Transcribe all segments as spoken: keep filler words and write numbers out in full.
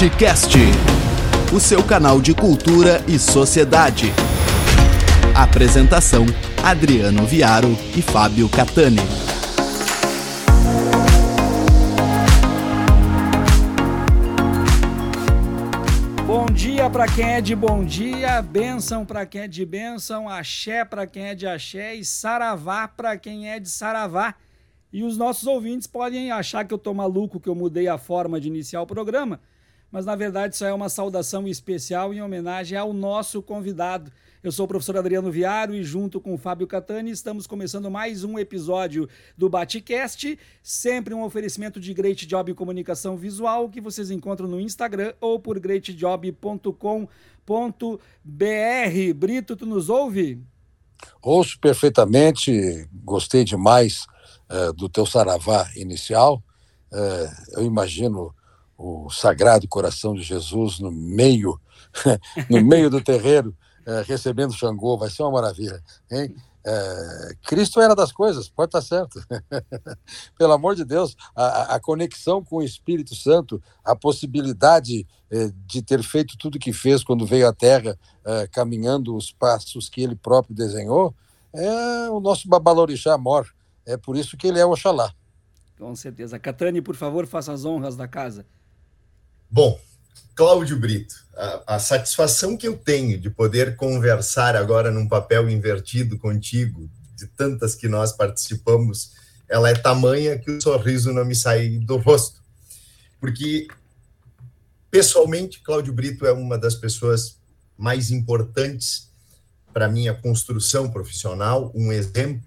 BateCast, o seu canal de cultura e sociedade. Apresentação: Adriano Viaro e Fábio Catani. Bom dia para quem é de bom dia, bênção para quem é de bênção, axé para quem é de axé e saravá para quem é de saravá. E os nossos ouvintes podem achar que eu tô maluco, que eu mudei a forma de iniciar o programa, mas na verdade isso é uma saudação especial em homenagem ao nosso convidado. Eu sou o professor Adriano Viaro e junto com o Fábio Catani estamos começando mais um episódio do BateCast, sempre um oferecimento de Great Job Comunicação Visual que vocês encontram no Instagram ou por great job ponto com ponto b r. Brito, tu nos ouve? Ouço perfeitamente, gostei demais uh, do teu saravá inicial. Uh, eu imagino o Sagrado Coração de Jesus no meio, no meio do terreiro, uh, recebendo Xangô, vai ser uma maravilha, hein? Uh, Cristo era das coisas, pode estar certo. Pelo amor de Deus, a, a conexão com o Espírito Santo, a possibilidade uh, de ter feito tudo que fez quando veio à Terra, uh, caminhando os passos que ele próprio desenhou, é o nosso Babalorixá Mor. É por isso que ele é Oxalá. Com certeza. Catani, por favor, faça as honras da casa. Bom, Cláudio Brito, a, a satisfação que eu tenho de poder conversar agora num papel invertido contigo, de tantas que nós participamos, ela é tamanha que o sorriso não me sai do rosto. Porque, pessoalmente, Cláudio Brito é uma das pessoas mais importantes para a minha construção profissional, um exemplo,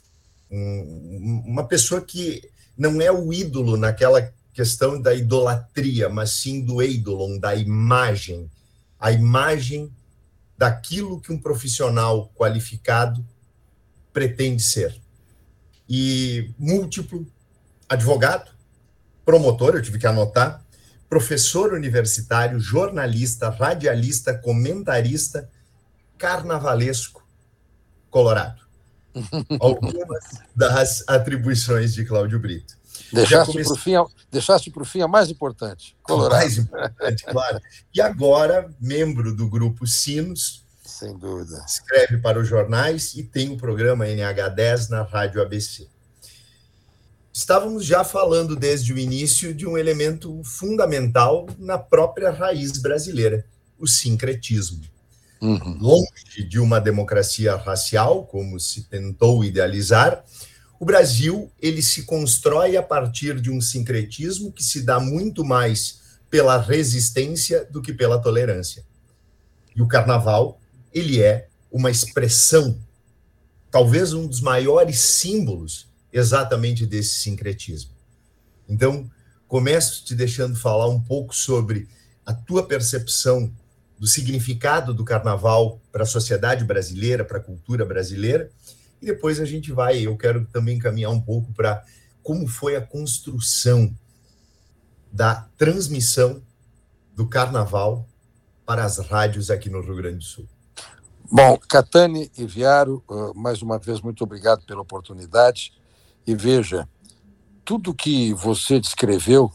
um, uma pessoa que não é o ídolo naquela questão da idolatria, mas sim do eidolon, da imagem, a imagem daquilo que um profissional qualificado pretende ser. E múltiplo advogado, promotor, eu tive que anotar, professor universitário, jornalista, radialista, comentarista, carnavalesco, colorado. Algumas das atribuições de Cláudio Brito. Deixaste comece... para o fim, deixaste para o fim a mais importante. Colorado. Mais importante, claro. E agora, membro do grupo Sinos. Sem dúvida. Escreve para os jornais e tem o programa N H dez na Rádio A B C. Estávamos já falando desde o início de um elemento fundamental na própria raiz brasileira, o sincretismo. Uhum. Longe de uma democracia racial, como se tentou idealizar, o Brasil ele se constrói a partir de um sincretismo que se dá muito mais pela resistência do que pela tolerância. E o carnaval, ele é uma expressão, talvez um dos maiores símbolos exatamente desse sincretismo. Então, começo te deixando falar um pouco sobre a tua percepção do significado do carnaval para a sociedade brasileira, para a cultura brasileira, e depois a gente vai, eu quero também caminhar um pouco para como foi a construção da transmissão do carnaval para as rádios aqui no Rio Grande do Sul. Bom, Catani e Viaro, mais uma vez, muito obrigado pela oportunidade. E veja, tudo que você descreveu,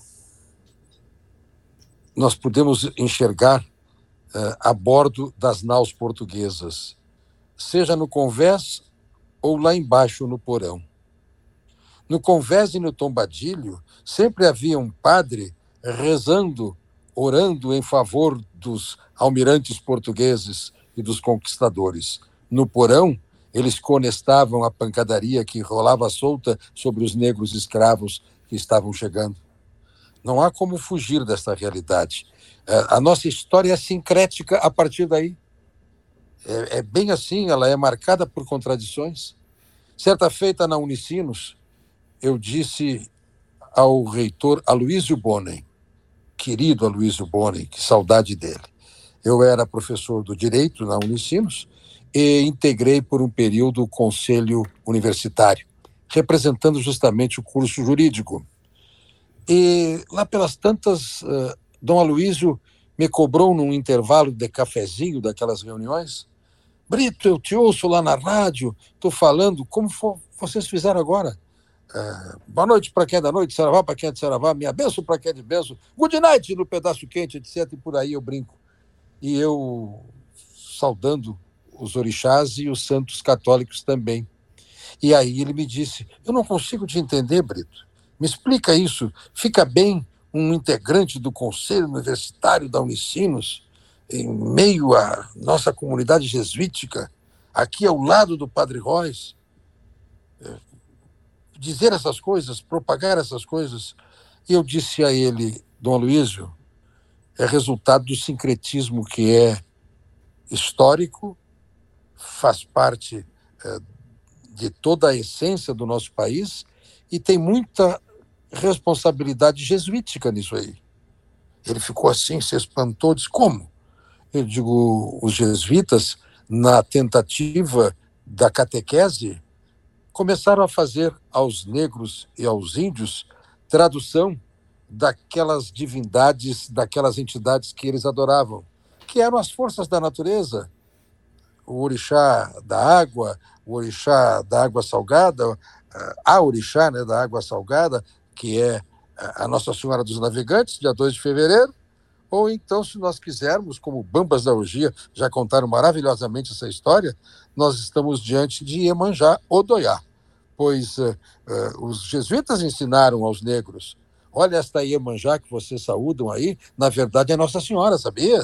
nós podemos enxergar uh, a bordo das naus portuguesas, seja no Convés ou lá embaixo no porão. No Convés e no Tombadilho, sempre havia um padre rezando, orando em favor dos almirantes portugueses e dos conquistadores. No porão, eles conestavam a pancadaria que rolava solta sobre os negros escravos que estavam chegando. Não há como fugir desta realidade. A nossa história é sincrética a partir daí. É, é bem assim, ela é marcada por contradições. Certa feita na Unicinos, eu disse ao reitor Aloysio Bonen, querido Aloysio Bonen, que saudade dele. Eu era professor do Direito na Unicinos e integrei por um período o Conselho Universitário, representando justamente o curso jurídico. E lá pelas tantas, uh, Dom Aloysio me cobrou num intervalo de cafezinho daquelas reuniões: Brito, eu te ouço lá na rádio, estou falando, como for, vocês fizeram agora? É, boa noite para quem é da noite, saravá para quem é de saravá, minha benção para quem é de benção, good night no pedaço quente, etcétera. E por aí eu brinco. E eu saudando os orixás e os santos católicos também. E aí ele me disse, eu não consigo te entender, Brito. Me explica isso. Fica bem um integrante do Conselho Universitário da Unicinos, em meio à nossa comunidade jesuítica, aqui ao lado do Padre Róis, dizer essas coisas, propagar essas coisas. E eu disse a ele, Dom Aloísio, é resultado do sincretismo que é histórico, faz parte é, de toda a essência do nosso país e tem muita responsabilidade jesuítica nisso aí. Ele ficou assim, se espantou, disse, como? Eu digo, os jesuítas, na tentativa da catequese, começaram a fazer aos negros e aos índios tradução daquelas divindades, daquelas entidades que eles adoravam, que eram as forças da natureza, o orixá da água, o orixá da água salgada, a orixá, né, da água salgada, que é a Nossa Senhora dos Navegantes, dia dois de fevereiro, ou então, se nós quisermos, como Bambas da Orgia já contaram maravilhosamente essa história, nós estamos diante de Iemanjá Odoiá, pois uh, uh, os jesuítas ensinaram aos negros, olha esta Iemanjá que vocês saúdam aí, na verdade é Nossa Senhora, sabia?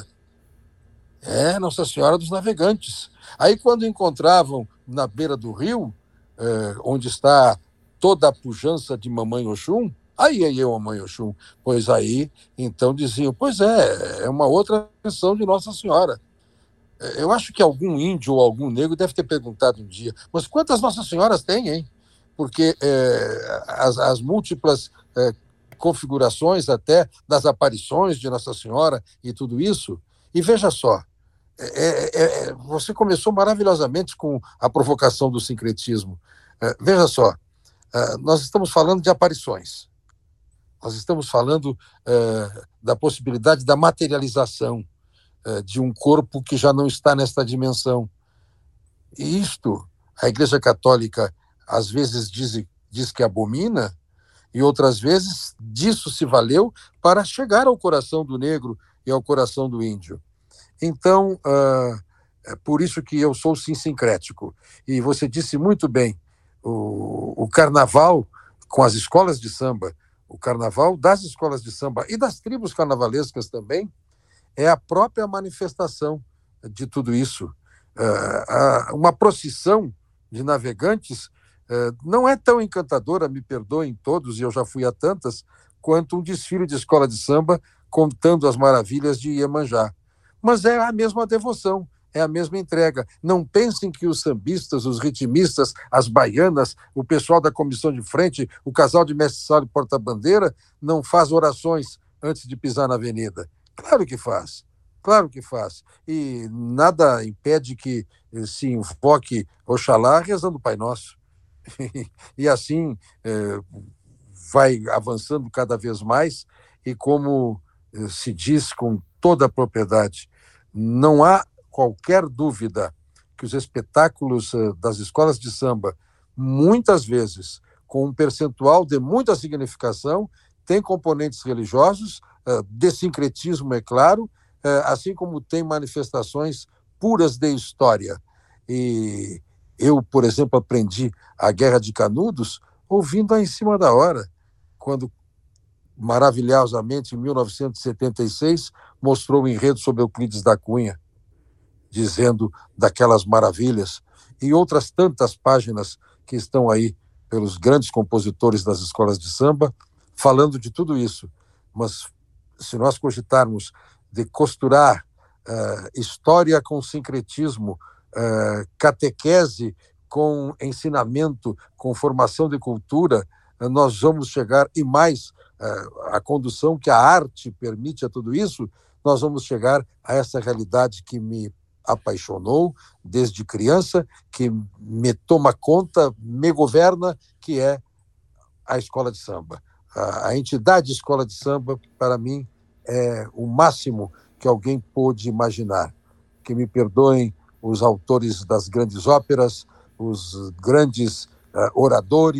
É Nossa Senhora dos Navegantes. Aí quando encontravam na beira do rio, uh, onde está toda a pujança de Mamãe Oxum, aí é eu, Mamãe Oxum, pois aí, então diziam, pois é, é uma outra versão de Nossa Senhora. Eu acho que algum índio ou algum negro deve ter perguntado um dia, mas quantas Nossas Senhoras tem, hein? Porque é, as, as múltiplas é, configurações até das aparições de Nossa Senhora e tudo isso, e veja só, é, é, você começou maravilhosamente com a provocação do sincretismo. É, veja só, é, nós estamos falando de aparições. Nós estamos falando uh, da possibilidade da materialização uh, de um corpo que já não está nesta dimensão. E isto, a Igreja Católica às vezes diz, diz que abomina, e outras vezes disso se valeu para chegar ao coração do negro e ao coração do índio. Então, uh, é por isso que eu sou sim sincrético. E você disse muito bem, o, o carnaval com as escolas de samba, o carnaval das escolas de samba e das tribos carnavalescas também, é a própria manifestação de tudo isso. Uh, uma procissão de navegantes uh, não é tão encantadora, me perdoem todos, e eu já fui a tantas, quanto um desfile de escola de samba contando as maravilhas de Iemanjá. Mas é a mesma devoção, é a mesma entrega. Não pensem que os sambistas, os ritmistas, as baianas, o pessoal da comissão de frente, o casal de mestre-sala e porta-bandeira não faz orações antes de pisar na avenida. Claro que faz, claro que faz. E nada impede que se invoque Oxalá rezando o Pai Nosso. E assim eh, vai avançando cada vez mais e, como eh, se diz com toda a propriedade, não há qualquer dúvida que os espetáculos uh, das escolas de samba, muitas vezes, com um percentual de muita significação, têm componentes religiosos, uh, de sincretismo, é claro, uh, assim como tem manifestações puras de história. E eu, por exemplo, aprendi a Guerra de Canudos ouvindo a Em Cima da Hora, quando, maravilhosamente, em mil novecentos e setenta e seis, mostrou o enredo sobre Euclides da Cunha, dizendo daquelas maravilhas, e outras tantas páginas que estão aí pelos grandes compositores das escolas de samba, falando de tudo isso. Mas se nós cogitarmos de costurar uh, história com sincretismo, uh, catequese com ensinamento, com formação de cultura, uh, nós vamos chegar, e mais uh, a condução que a arte permite a tudo isso, nós vamos chegar a essa realidade que me apaixonou desde criança, que me toma conta, me governa, que é a escola de samba. A, a entidade escola de samba, para mim, é o máximo que alguém pôde imaginar. Que me perdoem os autores das grandes óperas, os grandes uh, oradores,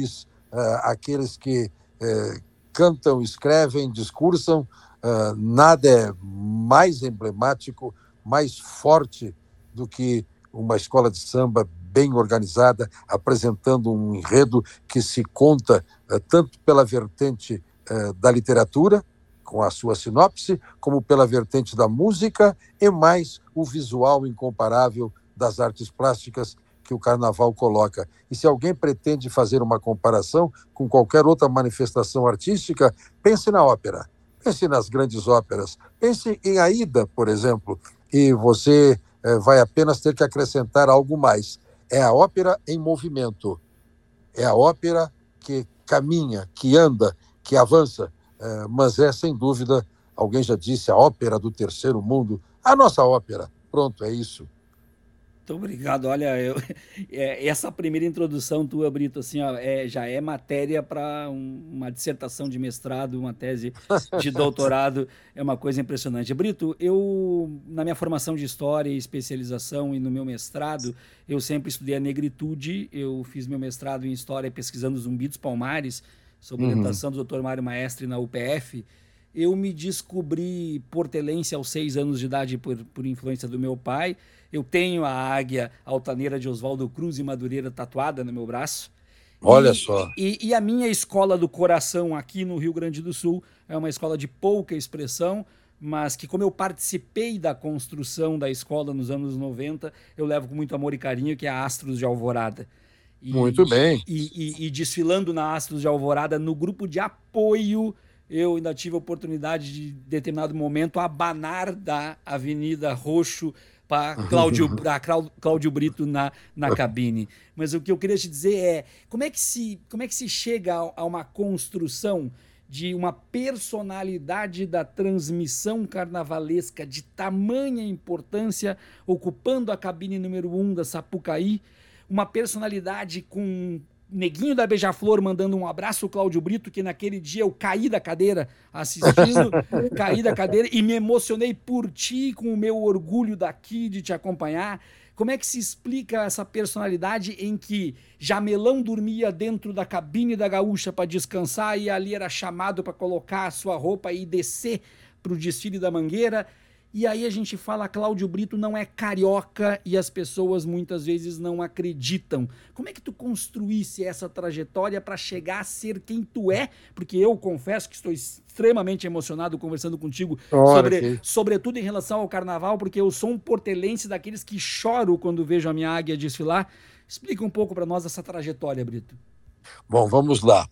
uh, aqueles que uh, cantam, escrevem, discursam. Uh, nada é mais emblemático, mais forte do que uma escola de samba bem organizada, apresentando um enredo que se conta uh, tanto pela vertente uh, da literatura, com a sua sinopse, como pela vertente da música e mais o visual incomparável das artes plásticas que o carnaval coloca. E se alguém pretende fazer uma comparação com qualquer outra manifestação artística, pense na ópera, pense nas grandes óperas, pense em Aida, por exemplo, e você eh, vai apenas ter que acrescentar algo mais. É a ópera em movimento, é a ópera que caminha, que anda, que avança, eh, mas é, sem dúvida, alguém já disse, a ópera do terceiro mundo, a nossa ópera. Pronto, é isso. Muito obrigado. Olha, eu, é, essa primeira introdução tua, Brito, assim, ó, é, já é matéria para um, uma dissertação de mestrado, uma tese de doutorado, é uma coisa impressionante. Brito, eu, na minha formação de História e especialização e no meu mestrado, eu sempre estudei a negritude, eu fiz meu mestrado em História pesquisando Zumbi dos Palmares, sob Uhum. orientação do doutor Mário Maestre na U P F. Eu me descobri portelense aos seis anos de idade por, por influência do meu pai. Eu tenho a águia altaneira de Oswaldo Cruz e Madureira tatuada no meu braço. Olha E, só. E, e a minha escola do coração aqui no Rio Grande do Sul é uma escola de pouca expressão, mas que, como eu participei da construção da escola nos anos noventa, eu levo com muito amor e carinho, que é a Astros de Alvorada. E, Muito bem. E, e, e desfilando na Astros de Alvorada, no grupo de apoio, eu ainda tive a oportunidade de, em determinado momento, abanar da Avenida Roxo para Cláudio, Cláudio Brito na, na cabine. Mas o que eu queria te dizer é, como é que se, como é que se chega a, a uma construção de uma personalidade da transmissão carnavalesca de tamanha importância, ocupando a cabine número um da Sapucaí, uma personalidade com Neguinho da Beija-Flor mandando um abraço ao Cláudio Brito, que naquele dia eu caí da cadeira assistindo, caí da cadeira e me emocionei por ti, com o meu orgulho daqui de te acompanhar. Como é que se explica essa personalidade em que Jamelão dormia dentro da cabine da Gaúcha para descansar e ali era chamado para colocar a sua roupa e descer para o desfile da Mangueira? E aí a gente fala, Cláudio Brito não é carioca e as pessoas muitas vezes não acreditam. Como é que tu construísse essa trajetória para chegar a ser quem tu é? Porque eu confesso que estou extremamente emocionado conversando contigo, sobre, que... sobretudo em relação ao carnaval, porque eu sou um portelense daqueles que choro quando vejo a minha águia desfilar. Explica um pouco para nós essa trajetória, Brito. Bom, vamos lá.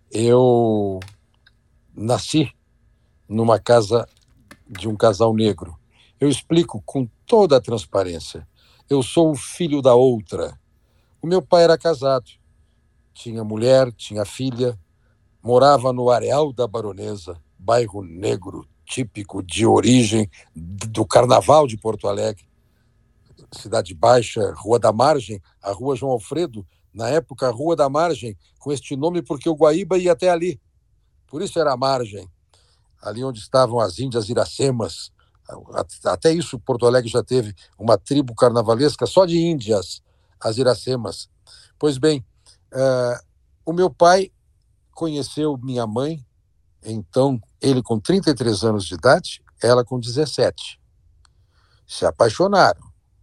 Eu nasci numa casa de um casal negro. Eu explico com toda a transparência. Eu sou o filho da outra. O meu pai era casado, tinha mulher, tinha filha, morava no Areal da Baronesa, bairro negro, típico de origem do Carnaval de Porto Alegre. Cidade Baixa, Rua da Margem, a Rua João Alfredo, na época, a Rua da Margem, com este nome porque o Guaíba ia até ali. Por isso era a Margem. Ali onde estavam as índias Iracemas. Até isso Porto Alegre já teve uma tribo carnavalesca só de índias, as Iracemas. Pois bem, uh, o meu pai conheceu minha mãe, então ele com trinta e três anos de idade, ela com dezessete. Se apaixonaram.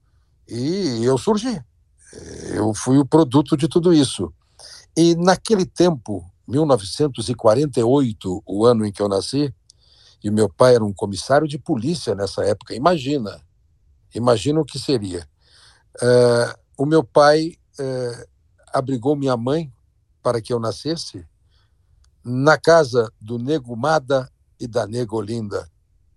E eu surgi. Eu fui o produto de tudo isso. E naquele tempo, mil novecentos e quarenta e oito, o ano em que eu nasci, e meu pai era um comissário de polícia nessa época. Imagina, imagina o que seria. Uh, o meu pai uh, abrigou minha mãe para que eu nascesse na casa do Nego Mada e da Nego Olinda.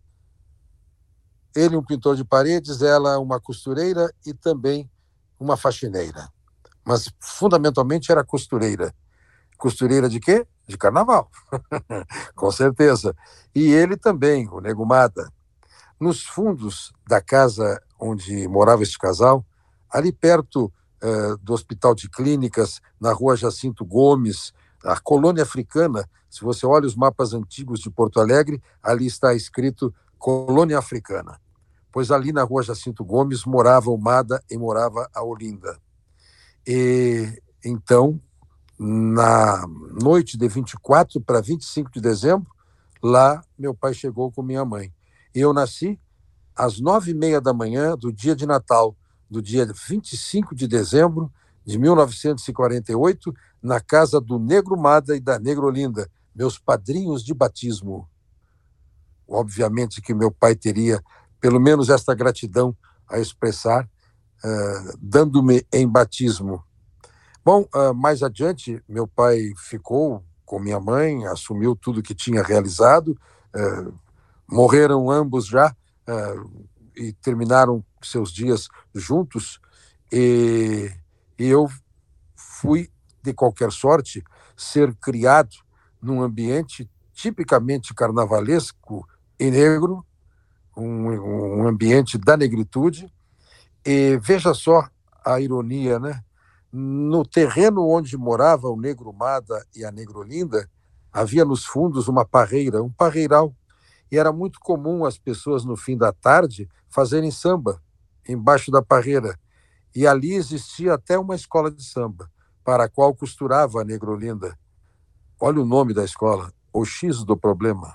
Ele um pintor de paredes, ela uma costureira e também uma faxineira. Mas, fundamentalmente, era costureira. Costureira de quê? De carnaval, com certeza. E ele também, o Nego Mada. Nos fundos da casa onde morava esse casal, ali perto uh, do Hospital de Clínicas, na Rua Jacinto Gomes, a colônia africana, se você olha os mapas antigos de Porto Alegre, ali está escrito Colônia Africana. Pois ali na Rua Jacinto Gomes morava o Mada e morava a Olinda. E então na noite de vinte e quatro para vinte e cinco de dezembro, lá meu pai chegou com minha mãe. E eu nasci às nove e meia da manhã do dia de Natal, do dia vinte e cinco de dezembro de mil novecentos e quarenta e oito, na casa do Negro Mada e da Negrolinda, meus padrinhos de batismo. Obviamente que meu pai teria pelo menos esta gratidão a expressar, uh, dando-me em batismo. Bom, uh, mais adiante, meu pai ficou com minha mãe, assumiu tudo que tinha realizado, uh, morreram ambos já, uh, e terminaram seus dias juntos, e, e eu fui, de qualquer sorte, ser criado num ambiente tipicamente carnavalesco e negro, um, um ambiente da negritude, e veja só a ironia, né? No terreno onde morava o Negro Mada e a Negrolinda, havia nos fundos uma parreira, um parreiral, e era muito comum as pessoas, no fim da tarde, fazerem samba embaixo da parreira. E ali existia até uma escola de samba, para a qual costurava a Negrolinda. Olha o nome da escola, O X do Problema.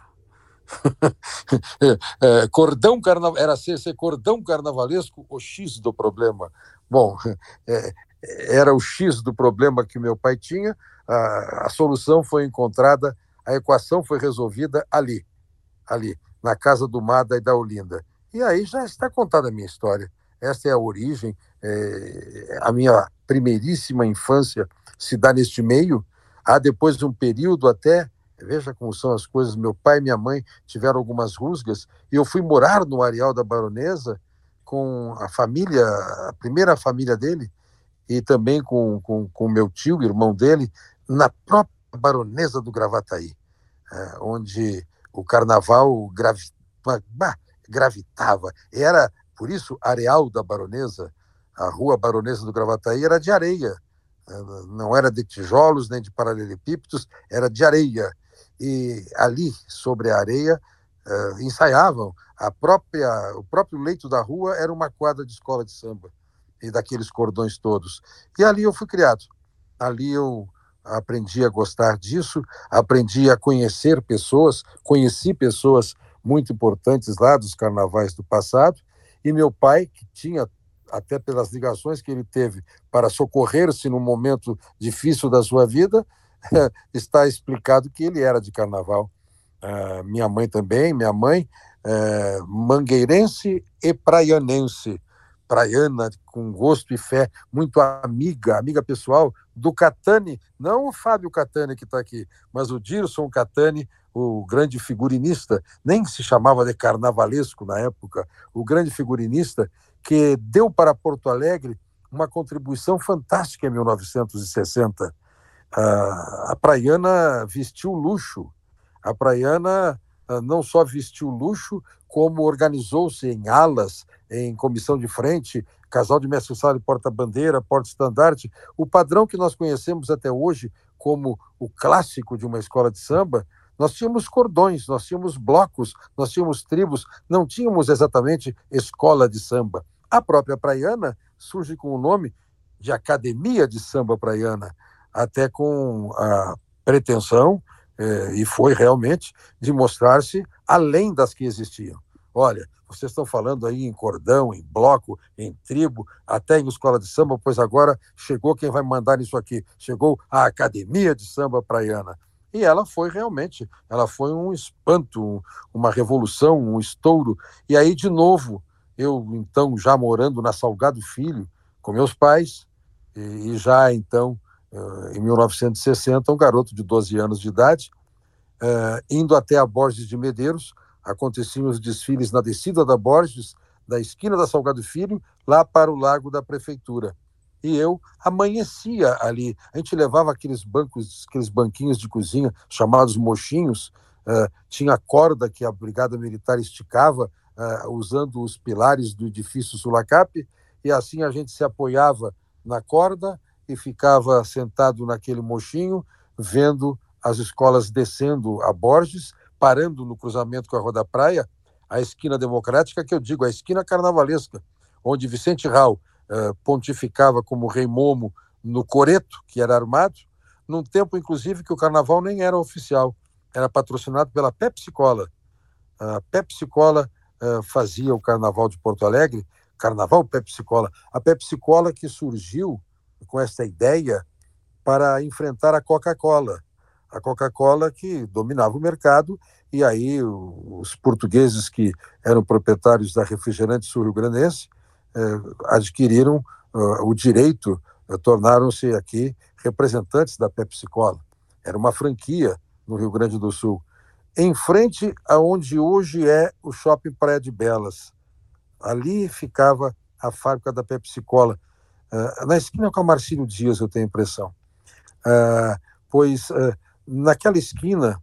é, cordão carna... Era ser, ser cordão carnavalesco, O X do Problema. Bom, é, era o X do problema que meu pai tinha, a, a solução foi encontrada, a equação foi resolvida ali. ali, na casa do Mada e da Olinda. E aí já está contada a minha história. Esta é a origem, é, a minha primeiríssima infância se dá neste meio. Há depois de um período até, veja como são as coisas, meu pai e minha mãe tiveram algumas rusgas, e eu fui morar no Areal da Baronesa com a família, a primeira família dele, e também com, com, com meu tio, irmão dele, na própria Baronesa do Gravataí, é, onde o carnaval gravi... gravitava. Era, por isso, Areal da Baronesa, a rua Baronesa do Gravataí era de areia, não era de tijolos nem de paralelepípedos, era de areia. E ali, sobre a areia, uh, ensaiavam. A própria, o próprio leito da rua era uma quadra de escola de samba, e daqueles cordões todos. E ali eu fui criado. Ali eu aprendi a gostar disso, aprendi a conhecer pessoas, conheci pessoas muito importantes lá dos carnavais do passado, e meu pai, que tinha, até pelas ligações que ele teve para socorrer-se num momento difícil da sua vida, está explicado que ele era de carnaval. Uh, minha mãe também, minha mãe, uh, mangueirense e praianense, praiana, com gosto e fé, muito amiga, amiga pessoal do Catani, não o Fábio Catani que está aqui, mas o Dirson Catani, o grande figurinista, nem se chamava de carnavalesco na época, o grande figurinista que deu para Porto Alegre uma contribuição fantástica em mil novecentos e sessenta. Uh, a praiana vestiu luxo, a praiana uh, não só vestiu luxo, como organizou-se em alas, em comissão de frente, casal de mestre-sala e porta-bandeira, porta-estandarte, o padrão que nós conhecemos até hoje como o clássico de uma escola de samba. Nós tínhamos cordões, nós tínhamos blocos, nós tínhamos tribos, não tínhamos exatamente escola de samba. A própria praiana surge com o nome de Academia de Samba Praiana, até com a pretensão, eh, e foi realmente, de mostrar-se além das que existiam. Olha, vocês estão falando aí em cordão, em bloco, em tribo, até em escola de samba, pois agora chegou quem vai mandar isso aqui, chegou a Academia de Samba Praiana. E ela foi realmente, ela foi um espanto, uma revolução, um estouro. E aí, de novo, eu então já morando na Salgado Filho, com meus pais, e já então, em mil novecentos e sessenta, um garoto de doze anos de idade, indo até a Borges de Medeiros, aconteciam os desfiles na descida da Borges, da esquina da Salgado Filho, lá para o Largo da Prefeitura. E eu amanhecia ali. A gente levava aqueles bancos, aqueles banquinhos de cozinha, chamados mochinhos, uh, tinha corda que a Brigada Militar esticava, uh, usando os pilares do edifício Sulacap, e assim a gente se apoiava na corda e ficava sentado naquele mochinho, vendo as escolas descendo a Borges, parando no cruzamento com a Rua da Praia, a esquina democrática, que eu digo, a esquina carnavalesca, onde Vicente Rau uh, pontificava como rei Momo no coreto, que era armado, num tempo, inclusive, que o carnaval nem era oficial, era patrocinado pela Pepsi-Cola. A Pepsi-Cola uh, fazia o carnaval de Porto Alegre, Carnaval Pepsi-Cola. A Pepsi-Cola que surgiu com essa ideia para enfrentar a Coca-Cola. A Coca-Cola que dominava o mercado, e aí os portugueses que eram proprietários da Refrigerante Sul-Rio-Grandense eh, adquiriram uh, o direito, uh, tornaram-se aqui representantes da Pepsi-Cola. Era uma franquia no Rio Grande do Sul, em frente aonde hoje é o Shopping Praia de Belas. Ali ficava a fábrica da Pepsi-Cola, uh, na esquina com a Marcílio Dias, eu tenho a impressão. Uh, pois uh, naquela esquina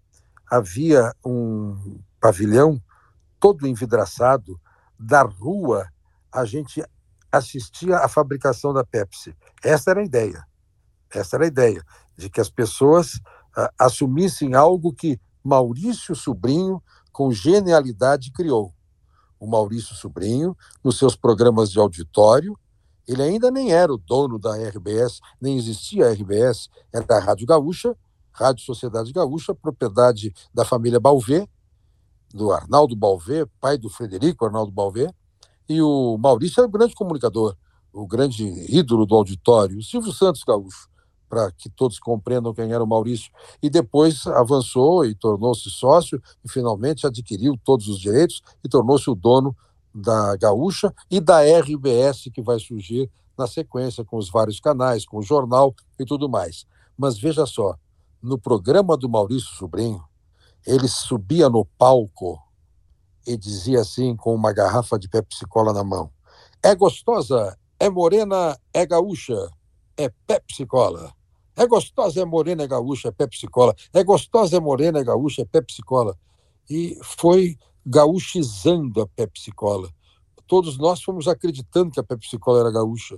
havia um pavilhão todo envidraçado. Da rua a gente assistia à fabricação da Pepsi. Essa era a ideia. Essa era a ideia, de que as pessoas uh, assumissem algo que Maurício Sobrinho, com genialidade, criou. O Maurício Sobrinho, nos seus programas de auditório, ele ainda nem era o dono da R B S, nem existia a R B S, era a Rádio Gaúcha, Rádio Sociedade Gaúcha, propriedade da família Balvé, do Arnaldo Balvé, pai do Frederico Arnaldo Balvé, e o Maurício era o grande comunicador, o grande ídolo do auditório, o Silvio Santos Gaúcho, para que todos compreendam quem era o Maurício. E depois avançou e tornou-se sócio, e finalmente adquiriu todos os direitos e tornou-se o dono da Gaúcha e da R B S, que vai surgir na sequência, com os vários canais, com o jornal e tudo mais. Mas veja só, no programa do Maurício Sobrinho, ele subia no palco e dizia assim, com uma garrafa de Pepsi-Cola na mão: é gostosa, é morena, é gaúcha, é Pepsi-Cola. É gostosa, é morena, é gaúcha, é Pepsi-Cola. É gostosa, é morena, é gaúcha, é Pepsi-Cola. E foi gaúchizando a Pepsi-Cola. Todos nós fomos acreditando que a Pepsi-Cola era gaúcha.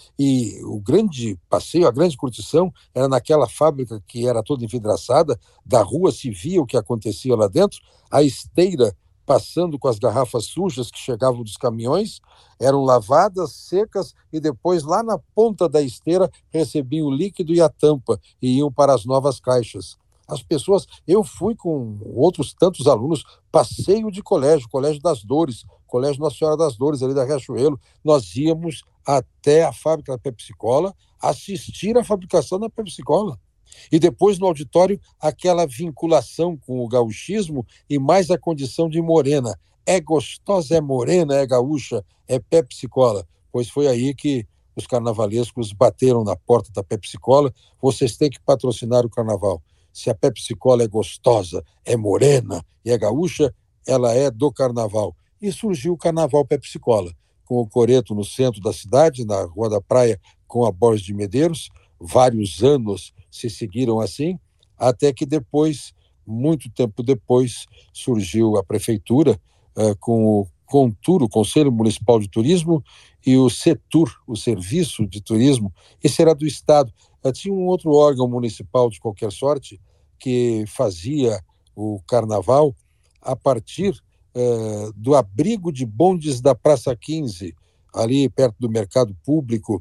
E o grande passeio, a grande curtição, era naquela fábrica que era toda envidraçada, da rua se via o que acontecia lá dentro, a esteira passando com as garrafas sujas que chegavam dos caminhões, eram lavadas, secas, e depois lá na ponta da esteira recebiam o líquido e a tampa e iam para as novas caixas. As pessoas, eu fui com outros tantos alunos, passeio de colégio, Colégio das Dores, Colégio Nossa Senhora das Dores, ali da Riachuelo, nós íamos até a fábrica da Pepsi-Cola assistir à fabricação da Pepsi-Cola. E depois no auditório, aquela vinculação com o gauchismo e mais a condição de morena. É gostosa, é morena, é gaúcha, é Pepsi-Cola. Pois foi aí que os carnavalescos bateram na porta da Pepsi-Cola: vocês têm que patrocinar o carnaval. Se a Pepsi-Cola é gostosa, é morena e é gaúcha, ela é do carnaval. E surgiu o Carnaval Pepsi-Cola, com o coreto no centro da cidade, na Rua da Praia, com a Borges de Medeiros. Vários anos se seguiram assim, até que depois, muito tempo depois, surgiu a prefeitura uh, com o CONTUR, o Conselho Municipal de Turismo, e o SETUR, o Serviço de Turismo. Esse era do Estado. Uh, tinha um outro órgão municipal de qualquer sorte que fazia o carnaval a partir uh, do abrigo de bondes da Praça quinze, ali perto do Mercado Público,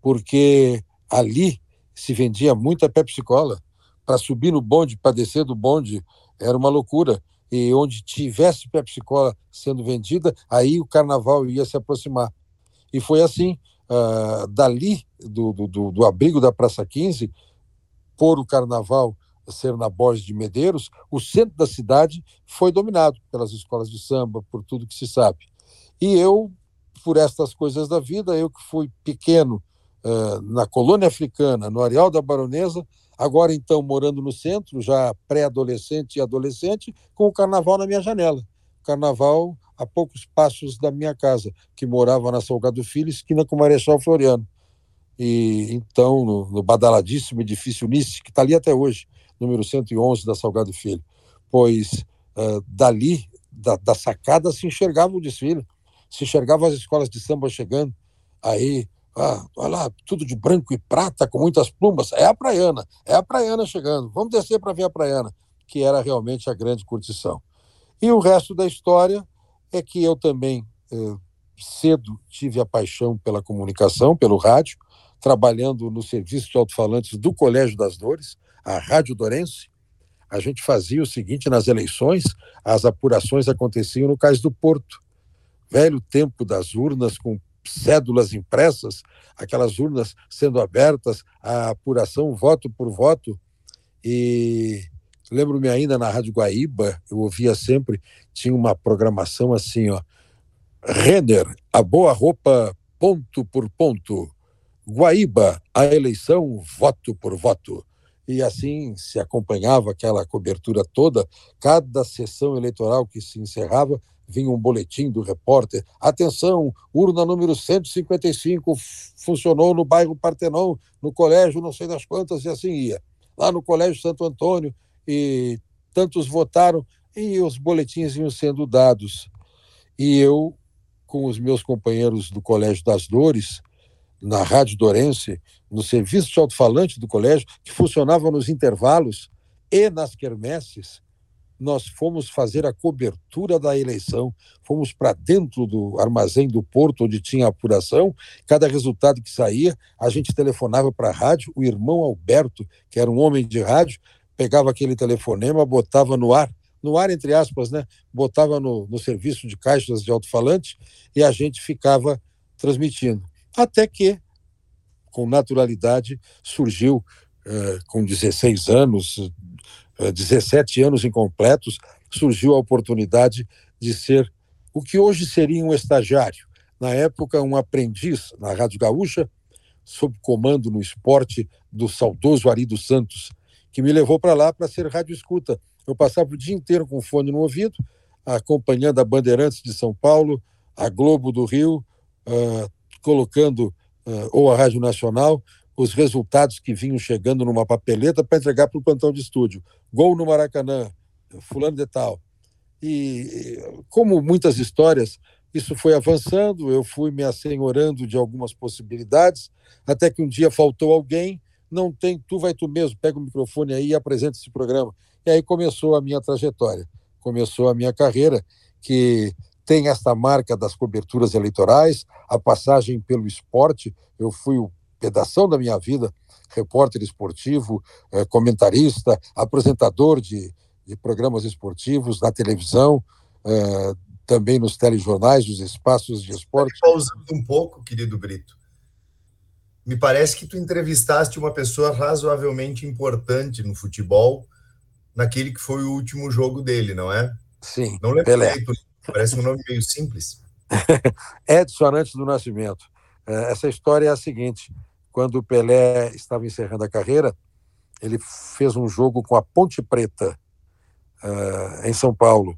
porque ali se vendia muita Pepsi-Cola. Para subir no bonde, para descer do bonde, era uma loucura. E onde tivesse Pepsi-Cola sendo vendida, aí o carnaval ia se aproximar. E foi assim, uh, dali, do, do, do abrigo da Praça quinze, por o carnaval ser na Borges de Medeiros, o centro da cidade foi dominado pelas escolas de samba, por tudo que se sabe. E eu, por estas coisas da vida, eu que fui pequeno, Uh, na colônia africana, no Areal da Baronesa, agora então morando no centro, já pré-adolescente e adolescente, com o carnaval na minha janela. Carnaval a poucos passos da minha casa, que morava na Salgado Filho, esquina com Marechal Floriano. E então, no, no badaladíssimo edifício Nice, que está ali até hoje, número cento e onze da Salgado Filho. Pois uh, dali, da, da sacada, se enxergava o desfile, se enxergavam as escolas de samba chegando. Aí, ah, olha lá, tudo de branco e prata, com muitas plumas. É a praiana, é a praiana chegando. Vamos descer para ver a praiana, que era realmente a grande curtição. E o resto da história é que eu também, eh, cedo, tive a paixão pela comunicação, pelo rádio, trabalhando no serviço de alto-falantes do Colégio das Dores. a Rádio Dourense, a gente fazia o seguinte, nas eleições, as apurações aconteciam no Cais do Porto. Velho tempo das urnas com cédulas impressas, aquelas urnas sendo abertas, a apuração voto por voto. E lembro-me ainda na Rádio Guaíba, eu ouvia sempre, tinha uma programação assim, ó, Renner, a boa roupa, ponto por ponto. Guaíba, a eleição, voto por voto. E assim se acompanhava aquela cobertura toda. Cada sessão eleitoral que se encerrava, vinha um boletim do repórter. Atenção, urna número cento e cinquenta e cinco funcionou no bairro Partenon, no colégio não sei das quantas, e assim ia. Lá no colégio Santo Antônio, e tantos votaram, e os boletins iam sendo dados. E eu, com os meus companheiros do Colégio das Dores, na Rádio Dourense, no serviço de alto-falante do colégio, que funcionava nos intervalos e nas quermesses, nós fomos fazer a cobertura da eleição, fomos para dentro do armazém do Porto, onde tinha a apuração, cada resultado que saía, a gente telefonava para a rádio, o irmão Alberto, que era um homem de rádio, pegava aquele telefonema, botava no ar, no ar entre aspas, né? Botava no, no serviço de caixas de alto-falante e a gente ficava transmitindo. Até que, com naturalidade, surgiu, eh, com dezesseis anos, eh, dezessete anos incompletos, surgiu a oportunidade de ser o que hoje seria um estagiário. Na época, um aprendiz na Rádio Gaúcha, sob comando no esporte do saudoso Ari dos Santos, que me levou para lá para ser rádio escuta. Eu passava o dia inteiro com fone no ouvido, acompanhando a Bandeirantes de São Paulo, a Globo do Rio, uh, colocando, uh, ou a Rádio Nacional, os resultados que vinham chegando numa papeleta para entregar para o plantão de estúdio. Gol no Maracanã, fulano de tal. E, como muitas histórias, isso foi avançando, eu fui me assenhorando de algumas possibilidades, até que um dia faltou alguém, não tem, tu vai tu mesmo, pega o microfone aí e apresenta esse programa. E aí começou a minha trajetória, começou a minha carreira, que tem esta marca das coberturas eleitorais, a passagem pelo esporte. Eu fui o pedação da minha vida, repórter esportivo, eh, comentarista, apresentador de, de programas esportivos na televisão, eh, também nos telejornais, nos espaços de esporte. Pausando um pouco, querido Brito, me parece que tu entrevistaste uma pessoa razoavelmente importante no futebol, naquele que foi o último jogo dele, não é? Sim, não lembro Pelé. Direito, parece um nome meio simples. Edson Arantes do Nascimento. Essa história é a seguinte: quando o Pelé estava encerrando a carreira, ele fez um jogo com a Ponte Preta, uh, em São Paulo.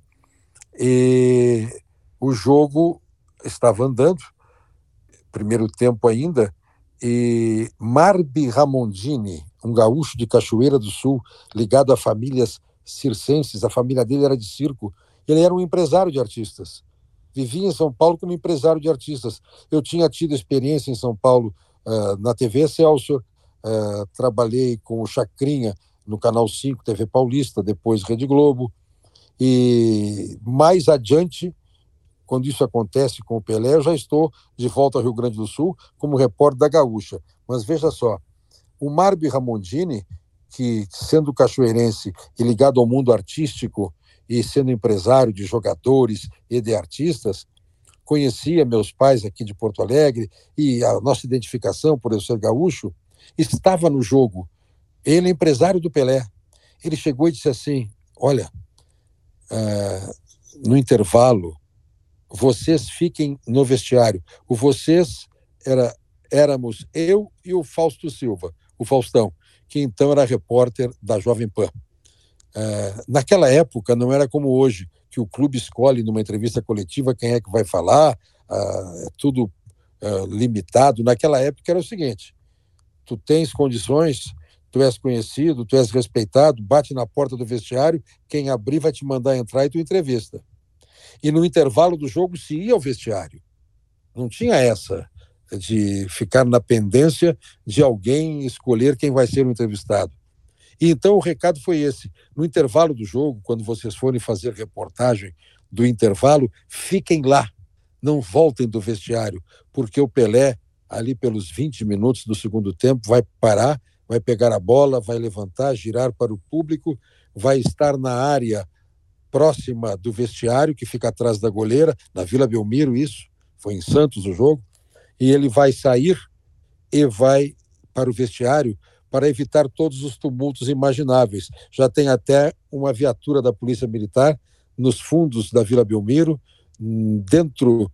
E o jogo estava andando, primeiro tempo ainda, e Marbi Ramondini, um gaúcho de Cachoeira do Sul, ligado a famílias circenses, a família dele era de circo, ele era um empresário de artistas. Vivia em São Paulo como empresário de artistas. Eu tinha tido experiência em São Paulo uh, na T V Excelsior, uh, trabalhei com o Chacrinha no Canal cinco, T V Paulista, depois Rede Globo, e mais adiante, quando isso acontece com o Pelé, eu já estou de volta ao Rio Grande do Sul como repórter da Gaúcha. Mas veja só, o Marbi Ramondini, que sendo cachoeirense e ligado ao mundo artístico e sendo empresário de jogadores e de artistas, conhecia meus pais aqui de Porto Alegre e a nossa identificação por eu ser gaúcho, estava no jogo. Ele é empresário do Pelé. Ele chegou e disse assim: olha, uh, no intervalo, vocês fiquem no vestiário. O vocês era, éramos eu e o Fausto Silva, o Faustão, que então era repórter da Jovem Pan. Uh, naquela época não era como hoje, que o clube escolhe numa entrevista coletiva quem é que vai falar, uh, é tudo uh, limitado. Naquela época era o seguinte: tu tens condições, tu és conhecido, tu és respeitado, bate na porta do vestiário, quem abrir vai te mandar entrar e tu entrevista. E no intervalo do jogo se ia ao vestiário. Não tinha essa de ficar na pendência de alguém escolher quem vai ser o entrevistado. E então o recado foi esse: no intervalo do jogo, quando vocês forem fazer reportagem do intervalo, fiquem lá, não voltem do vestiário, porque o Pelé, ali pelos vinte minutos do segundo tempo, vai parar, vai pegar a bola, vai levantar, girar para o público, vai estar na área próxima do vestiário, que fica atrás da goleira, na Vila Belmiro, isso, foi em Santos o jogo, e ele vai sair e vai para o vestiário para evitar todos os tumultos imagináveis. Já tem até uma viatura da Polícia Militar nos fundos da Vila Belmiro, dentro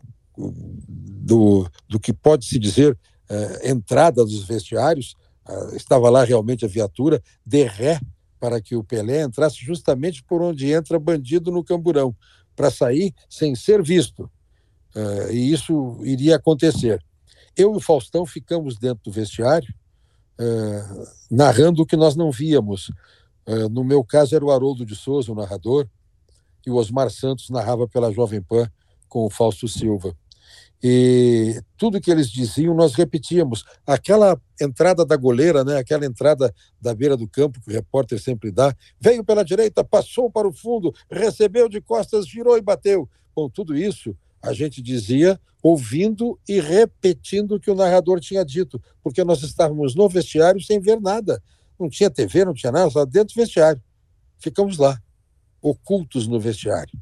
do, do que pode-se dizer eh, entrada dos vestiários. Uh, estava lá realmente a viatura de ré para que o Pelé entrasse justamente por onde entra bandido no camburão, para sair sem ser visto. Uh, e isso iria acontecer. Eu e o Faustão ficamos dentro do vestiário, uh, narrando o que nós não víamos. Uh, no meu caso era o Haroldo de Souza, o narrador, e o Osmar Santos narrava pela Jovem Pan com o Fausto Silva. E tudo que eles diziam nós repetíamos. Aquela entrada da goleira, né, aquela entrada da beira do campo que o repórter sempre dá, veio pela direita, passou para o fundo, recebeu de costas, girou e bateu. Bom, tudo isso a gente dizia ouvindo e repetindo o que o narrador tinha dito, porque nós estávamos no vestiário sem ver nada. Não tinha T V, não tinha nada, só dentro do vestiário. Ficamos lá, ocultos no vestiário.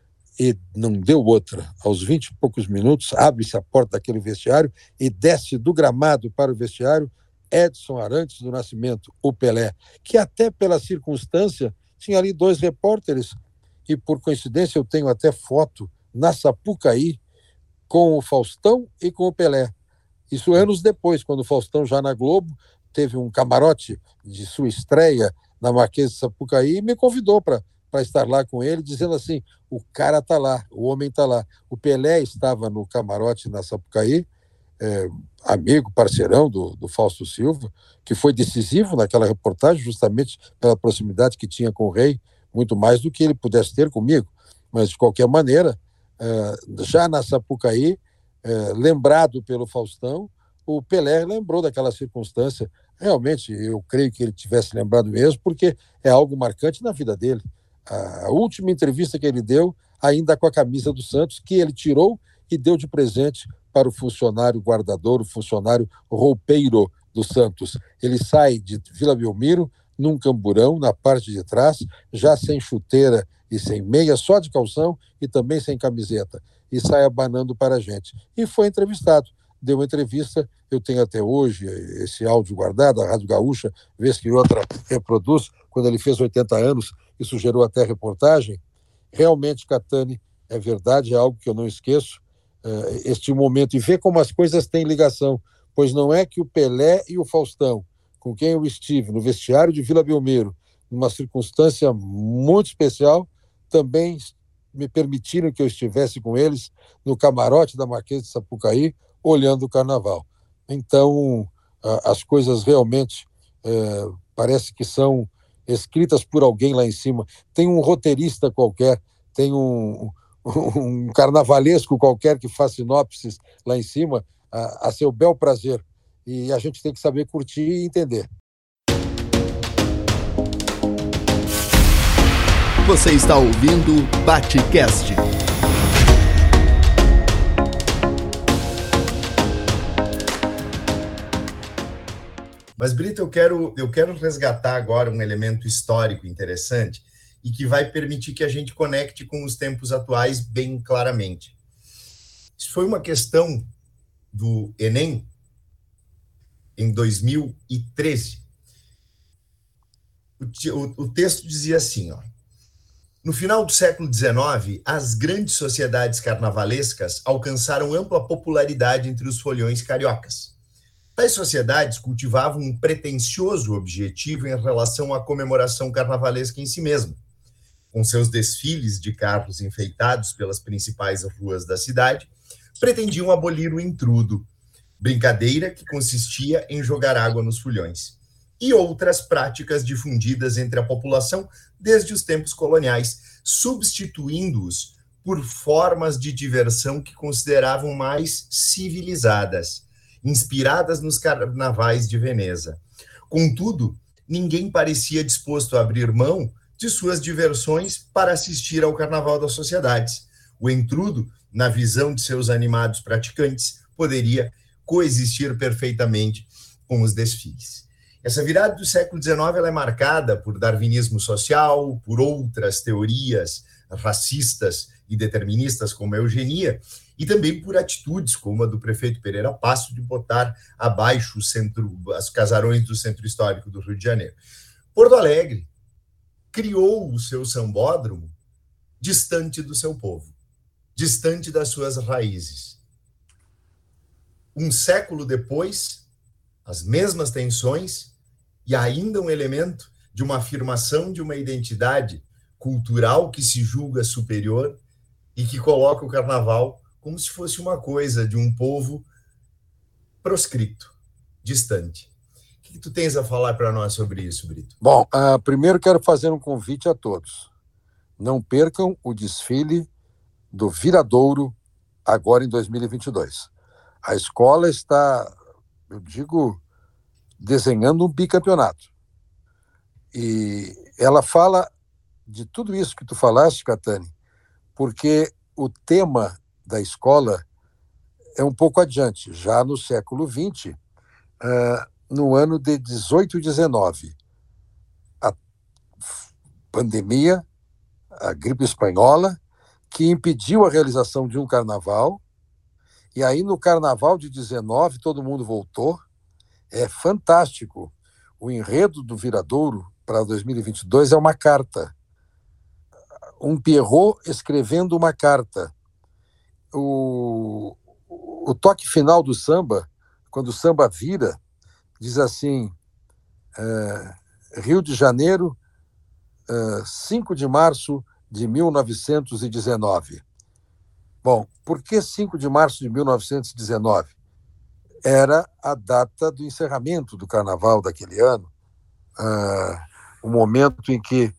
E não deu outra. Aos vinte e poucos minutos, abre-se a porta daquele vestiário e desce do gramado para o vestiário Edson Arantes do Nascimento, o Pelé, que até pela circunstância tinha ali dois repórteres, e por coincidência eu tenho até foto na Sapucaí com o Faustão e com o Pelé. Isso anos depois, quando o Faustão, já na Globo, teve um camarote de sua estreia na Marquês de Sapucaí e me convidou para para estar lá com ele, dizendo assim, o cara está lá, o homem está lá. O Pelé estava no camarote na Sapucaí, é, amigo, parceirão do, do Fausto Silva, que foi decisivo naquela reportagem, justamente pela proximidade que tinha com o rei, muito mais do que ele pudesse ter comigo. Mas, de qualquer maneira, é, já na Sapucaí, é, lembrado pelo Faustão, o Pelé lembrou daquela circunstância. Realmente, eu creio que ele tivesse lembrado mesmo, porque é algo marcante na vida dele. A última entrevista que ele deu, ainda com a camisa do Santos, que ele tirou e deu de presente para o funcionário guardador, o funcionário roupeiro do Santos. Ele sai de Vila Belmiro num camburão, na parte de trás, já sem chuteira e sem meia, só de calção e também sem camiseta, e sai abanando para a gente. E foi entrevistado. Deu uma entrevista, eu tenho até hoje esse áudio guardado, a Rádio Gaúcha, vez que outra reproduz, quando ele fez oitenta anos, isso gerou até reportagem. Realmente, Catani, é verdade, é algo que eu não esqueço, uh, este momento, e ver como as coisas têm ligação, pois não é que o Pelé e o Faustão, com quem eu estive no vestiário de Vila Belmiro, numa circunstância muito especial, também me permitiram que eu estivesse com eles no camarote da Marquês de Sapucaí, olhando o carnaval. Então, as coisas realmente é, parece que são escritas por alguém lá em cima. Tem um roteirista qualquer, tem um, um carnavalesco qualquer que faz sinopses lá em cima, a, a seu bel prazer. E a gente tem que saber curtir e entender. Você está ouvindo BateCast. Mas, Brito, eu quero, eu quero resgatar agora um elemento histórico interessante e que vai permitir que a gente conecte com os tempos atuais bem claramente. Isso foi uma questão do Enem em dois mil e treze. O, o, o texto dizia assim, ó, no final do século dezenove, as grandes sociedades carnavalescas alcançaram ampla popularidade entre os foliões cariocas. Tais sociedades cultivavam um pretensioso objetivo em relação à comemoração carnavalesca em si mesma. Com seus desfiles de carros enfeitados pelas principais ruas da cidade, pretendiam abolir o intrudo, brincadeira que consistia em jogar água nos fulhões, e outras práticas difundidas entre a população desde os tempos coloniais, substituindo-os por formas de diversão que consideravam mais civilizadas, inspiradas nos carnavais de Veneza. Contudo, ninguém parecia disposto a abrir mão de suas diversões para assistir ao carnaval das sociedades. O intrudo, na visão de seus animados praticantes, poderia coexistir perfeitamente com os desfiles. Essa virada do século dezenove ela é marcada por darwinismo social, por outras teorias racistas e deterministas como a eugenia, e também por atitudes como a do prefeito Pereira Passo de botar abaixo o centro, as casarões do centro histórico do Rio de Janeiro. Porto Alegre criou o seu sambódromo distante do seu povo, distante das suas raízes. Um século depois, as mesmas tensões e ainda um elemento de uma afirmação de uma identidade cultural que se julga superior e que coloca o carnaval como se fosse uma coisa de um povo proscrito, distante. O que tu tens a falar para nós sobre isso, Brito? Bom, uh, primeiro quero fazer um convite a todos. Não percam o desfile do Viradouro agora em dois mil e vinte e dois. A escola está, eu digo, desenhando um bicampeonato. E ela fala de tudo isso que tu falaste, Catani, porque o tema da escola é um pouco adiante, já no século vinte, uh, no ano de dezoito e dezenove. A pandemia, a gripe espanhola, que impediu a realização de um carnaval, e aí no carnaval de dezenove todo mundo voltou. É fantástico. O enredo do Viradouro para dois mil e vinte e dois é uma carta. Um Pierrot escrevendo uma carta. O, o toque final do samba, quando o samba vira, diz assim, é, Rio de Janeiro, é, cinco de março de mil novecentos e dezenove. Bom, por que cinco de março de mil novecentos e dezenove? Era a data do encerramento do carnaval daquele ano, uh, o momento em que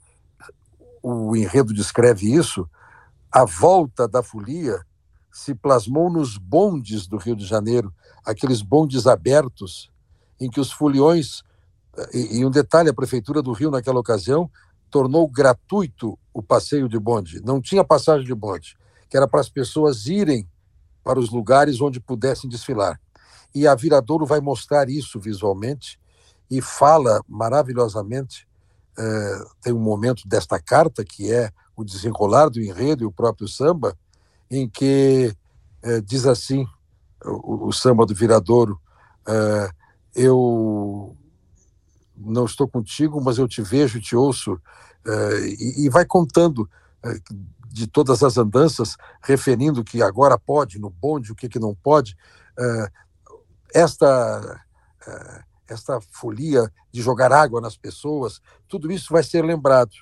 o enredo descreve isso. A volta da folia se plasmou nos bondes do Rio de Janeiro, aqueles bondes abertos, em que os foliões, e, e um detalhe, a Prefeitura do Rio, naquela ocasião, tornou gratuito o passeio de bonde. Não tinha passagem de bonde, que era para as pessoas irem para os lugares onde pudessem desfilar. E a Viradouro vai mostrar isso visualmente e fala maravilhosamente. É, tem um momento desta carta, que é o desenrolar do enredo e o próprio samba, em que é, diz assim, o, o samba do Viradouro, é, eu não estou contigo, mas eu te vejo e te ouço, é, e, e vai contando é, de todas as andanças, referindo que agora pode, no bonde, o que, que não pode. É, esta, esta folia de jogar água nas pessoas, tudo isso vai ser lembrado.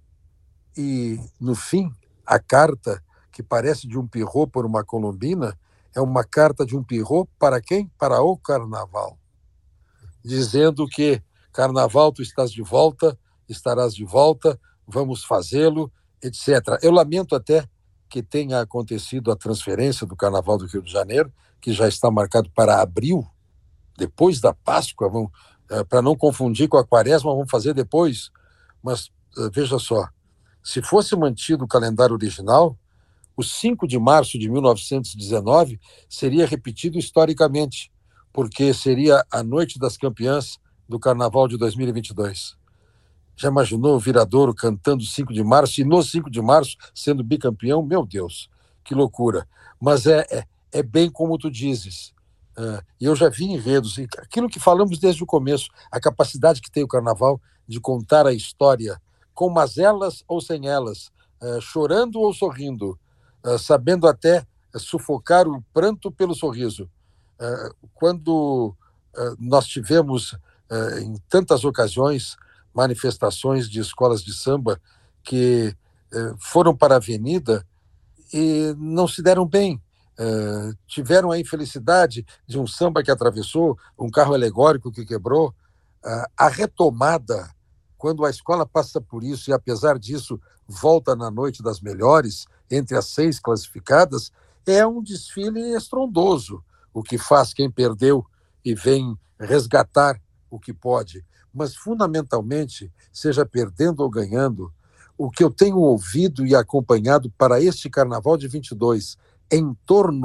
E, no fim, a carta, que parece de um Pierrot por uma colombina, é uma carta de um Pierrot para quem? Para o carnaval. Dizendo que, carnaval, tu estás de volta, estarás de volta, vamos fazê-lo, etcétera. Eu lamento até que tenha acontecido a transferência do Carnaval do Rio de Janeiro, que já está marcado para abril, depois da Páscoa, vamos, uh, para não confundir com a Quaresma, vamos fazer depois. Mas, uh, veja só, se fosse mantido o calendário original, o cinco de março de mil novecentos e dezenove seria repetido historicamente, porque seria a Noite das Campeãs do Carnaval de dois mil e vinte e dois. Já imaginou o Viradouro cantando cinco de março, e no cinco de março sendo bicampeão? Meu Deus, que loucura. Mas é, é, é bem como tu dizes. Uh, eu já vi enredos, aquilo que falamos desde o começo, a capacidade que tem o Carnaval de contar a história, com mazelas ou sem elas, uh, chorando ou sorrindo, uh, sabendo até uh, sufocar o pranto pelo sorriso. Uh, quando uh, nós tivemos, uh, em tantas ocasiões, manifestações de escolas de samba que uh, foram para a avenida e não se deram bem. Uh, tiveram a infelicidade de um samba que atravessou, um carro alegórico que quebrou. Uh, a retomada, quando a escola passa por isso e, apesar disso, volta na noite das melhores, entre as seis classificadas, é um desfile estrondoso, o que faz quem perdeu e vem resgatar o que pode. Mas, fundamentalmente, seja perdendo ou ganhando, o que eu tenho ouvido e acompanhado para este Carnaval de vinte e dois, em torno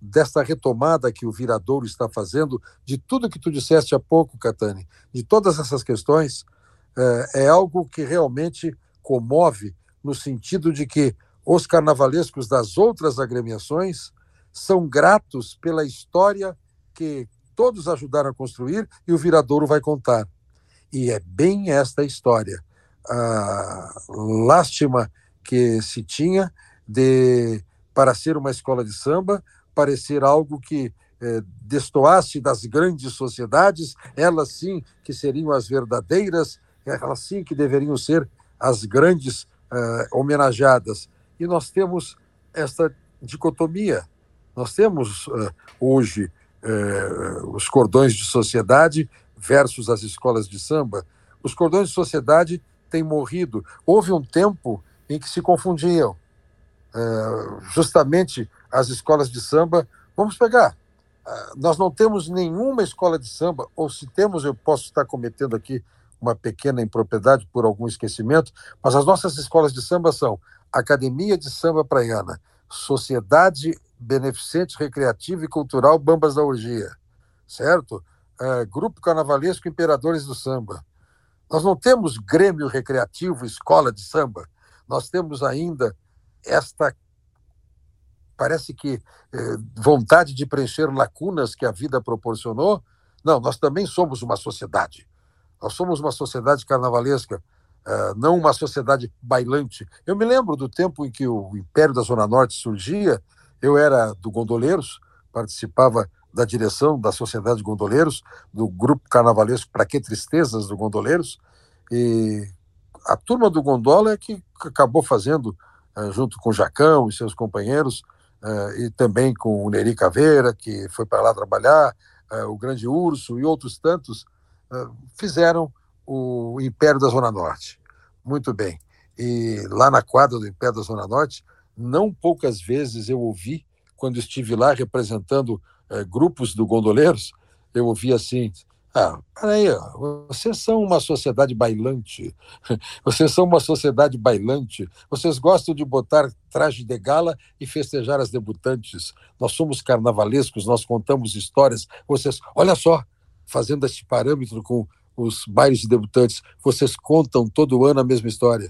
desta retomada que o Viradouro está fazendo, de tudo que tu disseste há pouco, Catani, de todas essas questões, é, é algo que realmente comove, no sentido de que os carnavalescos das outras agremiações são gratos pela história que todos ajudaram a construir e o Viradouro vai contar. E é bem esta história. A lástima que se tinha de, para ser uma escola de samba, parecer algo que eh, destoasse das grandes sociedades, elas sim que seriam as verdadeiras, elas sim que deveriam ser as grandes eh, homenageadas. E nós temos esta dicotomia. Nós temos eh, hoje eh, os cordões de sociedade versus as escolas de samba. Os cordões de sociedade têm morrido. Houve um tempo em que se confundiam. Uh, justamente as escolas de samba, vamos pegar, uh, nós não temos nenhuma escola de samba, ou se temos, eu posso estar cometendo aqui uma pequena impropriedade por algum esquecimento, mas as nossas escolas de samba são Academia de Samba Praiana, Sociedade Beneficente Recreativa e Cultural Bambas da Orgia, certo? Uh, Grupo Carnavalesco Imperadores do Samba. Nós não temos Grêmio Recreativo, Escola de Samba, nós temos ainda esta, parece que, eh, vontade de preencher lacunas que a vida proporcionou. Não, nós também somos uma sociedade. Nós somos uma sociedade carnavalesca, uh, não uma sociedade bailante. Eu me lembro do tempo em que o Império da Zona Norte surgia, eu era do Gondoleiros, participava da direção da Sociedade de Gondoleiros, do grupo carnavalesco Pra Que Tristezas do Gondoleiros, e a turma do Gondola é que acabou fazendo, Uh, junto com o Jacão e seus companheiros, uh, e também com o Neri Caveira, que foi para lá trabalhar, uh, o Grande Urso e outros tantos, uh, fizeram o Império da Zona Norte. Muito bem. E lá na quadra do Império da Zona Norte, não poucas vezes eu ouvi, quando estive lá representando uh, grupos do Gondoleiros, eu ouvi assim: ah, peraí, vocês são uma sociedade bailante, vocês são uma sociedade bailante, vocês gostam de botar traje de gala e festejar as debutantes, nós somos carnavalescos, nós contamos histórias, vocês, olha só, fazendo esse parâmetro com os bailes de debutantes, vocês contam todo ano a mesma história.